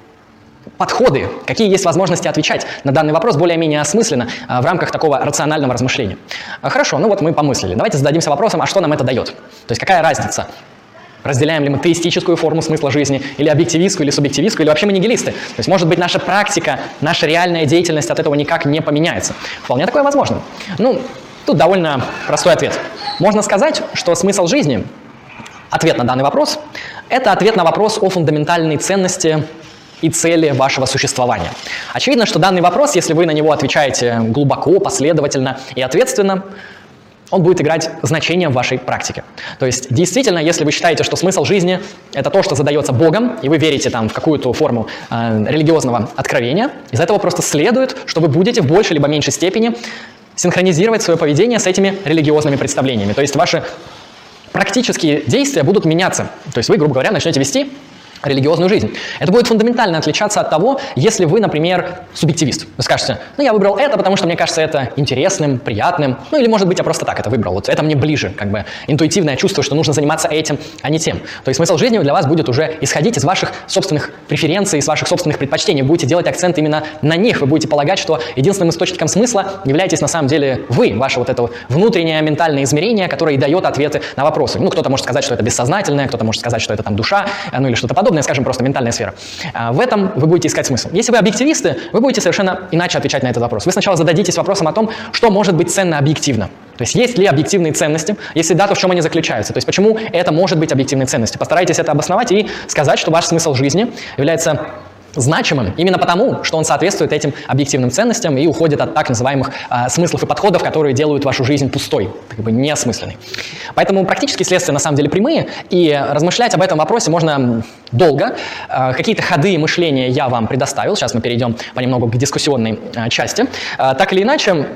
подходы, какие есть возможности отвечать на данный вопрос более-менее осмысленно а, в рамках такого рационального размышления. А, хорошо, ну вот мы помыслили. Давайте зададимся вопросом, а что нам это дает? То есть какая разница? Разделяем ли мы теистическую форму смысла жизни, или объективистскую, или субъективистскую, или вообще мы нигилисты? То есть, может быть, наша практика, наша реальная деятельность от этого никак не поменяется. Вполне такое возможно. Ну, тут довольно простой ответ. Можно сказать, что смысл жизни, ответ на данный вопрос, это ответ на вопрос о фундаментальной ценности и цели вашего существования. Очевидно, что данный вопрос, если вы на него отвечаете глубоко, последовательно и ответственно, он будет играть значение в вашей практике. То есть, действительно, если вы считаете, что смысл жизни – это то, что задается Богом, и вы верите там, в какую-то форму э, религиозного откровения, из этого просто следует, что вы будете в большей либо меньшей степени синхронизировать свое поведение с этими религиозными представлениями. То есть, ваши практические действия будут меняться. То есть, вы, грубо говоря, начнете вести религиозную жизнь. Это будет фундаментально отличаться от того, если вы, например, субъективист. Вы скажете, ну я выбрал это, потому что мне кажется это интересным, приятным, ну или может быть я просто так это выбрал, вот это мне ближе, как бы интуитивное чувство, что нужно заниматься этим, а не тем. То есть смысл жизни для вас будет уже исходить из ваших собственных преференций, из ваших собственных предпочтений. Вы будете делать акцент именно на них, вы будете полагать, что единственным источником смысла являетесь на самом деле вы, ваше вот это внутреннее ментальное измерение, которое и дает ответы на вопросы. Ну кто-то может сказать, что это бессознательное, кто-то может сказать, что это там душа, ну или что-то подобное, скажем, просто ментальная сфера. В этом вы будете искать смысл. Если вы объективисты, вы будете совершенно иначе отвечать на этот вопрос. Вы сначала зададитесь вопросом о том, что может быть ценно объективно. То есть есть ли объективные ценности, если да, то в чем они заключаются. То есть почему это может быть объективной ценностью. Постарайтесь это обосновать и сказать, что ваш смысл жизни является значимым именно потому, что он соответствует этим объективным ценностям и уходит от так называемых э, смыслов и подходов, которые делают вашу жизнь пустой, как бы неосмысленной. Поэтому практические следствия на самом деле прямые, и размышлять об этом вопросе можно долго. Э, какие-то ходы мышления я вам предоставил, сейчас мы перейдем понемногу к дискуссионной э, части. Э, так или иначе,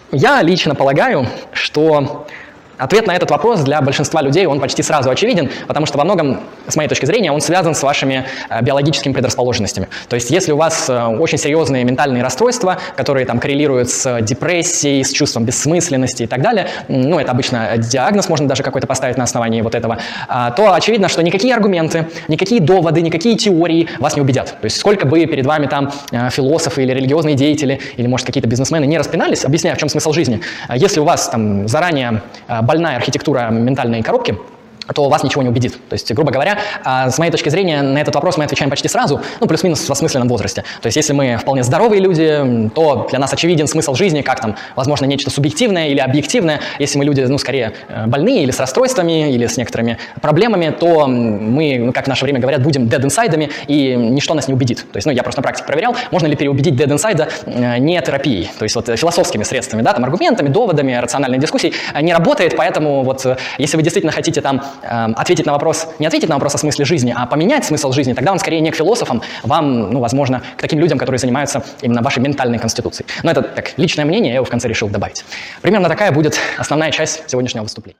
я лично полагаю, что ответ на этот вопрос для большинства людей, он почти сразу очевиден, потому что во многом, с моей точки зрения, он связан с вашими э, биологическими предрасположенностями. То есть если у вас э, очень серьезные ментальные расстройства, которые там коррелируют с депрессией, с чувством бессмысленности и так далее, ну это обычно диагноз можно даже какой-то поставить на основании вот этого, э, то очевидно, что никакие аргументы, никакие доводы, никакие теории вас не убедят. То есть сколько бы перед вами там э, философы или религиозные деятели, или может какие-то бизнесмены не распинались, объясняя, в чем смысл жизни, э, если у вас там заранее э, больная архитектура ментальной коробки, то вас ничего не убедит. То есть, грубо говоря, с моей точки зрения, на этот вопрос мы отвечаем почти сразу, ну, плюс-минус в осмысленном возрасте. То есть, если мы вполне здоровые люди, то для нас очевиден смысл жизни, как там, возможно, нечто субъективное или объективное. Если мы люди, ну, скорее, больные или с расстройствами, или с некоторыми проблемами, то мы, ну, как в наше время говорят, будем dead inside, и ничто нас не убедит. То есть, ну, я просто на практике проверял, можно ли переубедить dead inside не терапией, то есть вот философскими средствами, да, там, аргументами, доводами, рациональной дискуссией, не работает, поэтому вот если вы действительно хотите там ответить на вопрос, не ответить на вопрос о смысле жизни, а поменять смысл жизни, тогда он скорее не к философам, вам, ну, возможно, к таким людям, которые занимаются именно вашей ментальной конституцией. Но это так, личное мнение, я его в конце решил добавить. Примерно такая будет основная часть сегодняшнего выступления.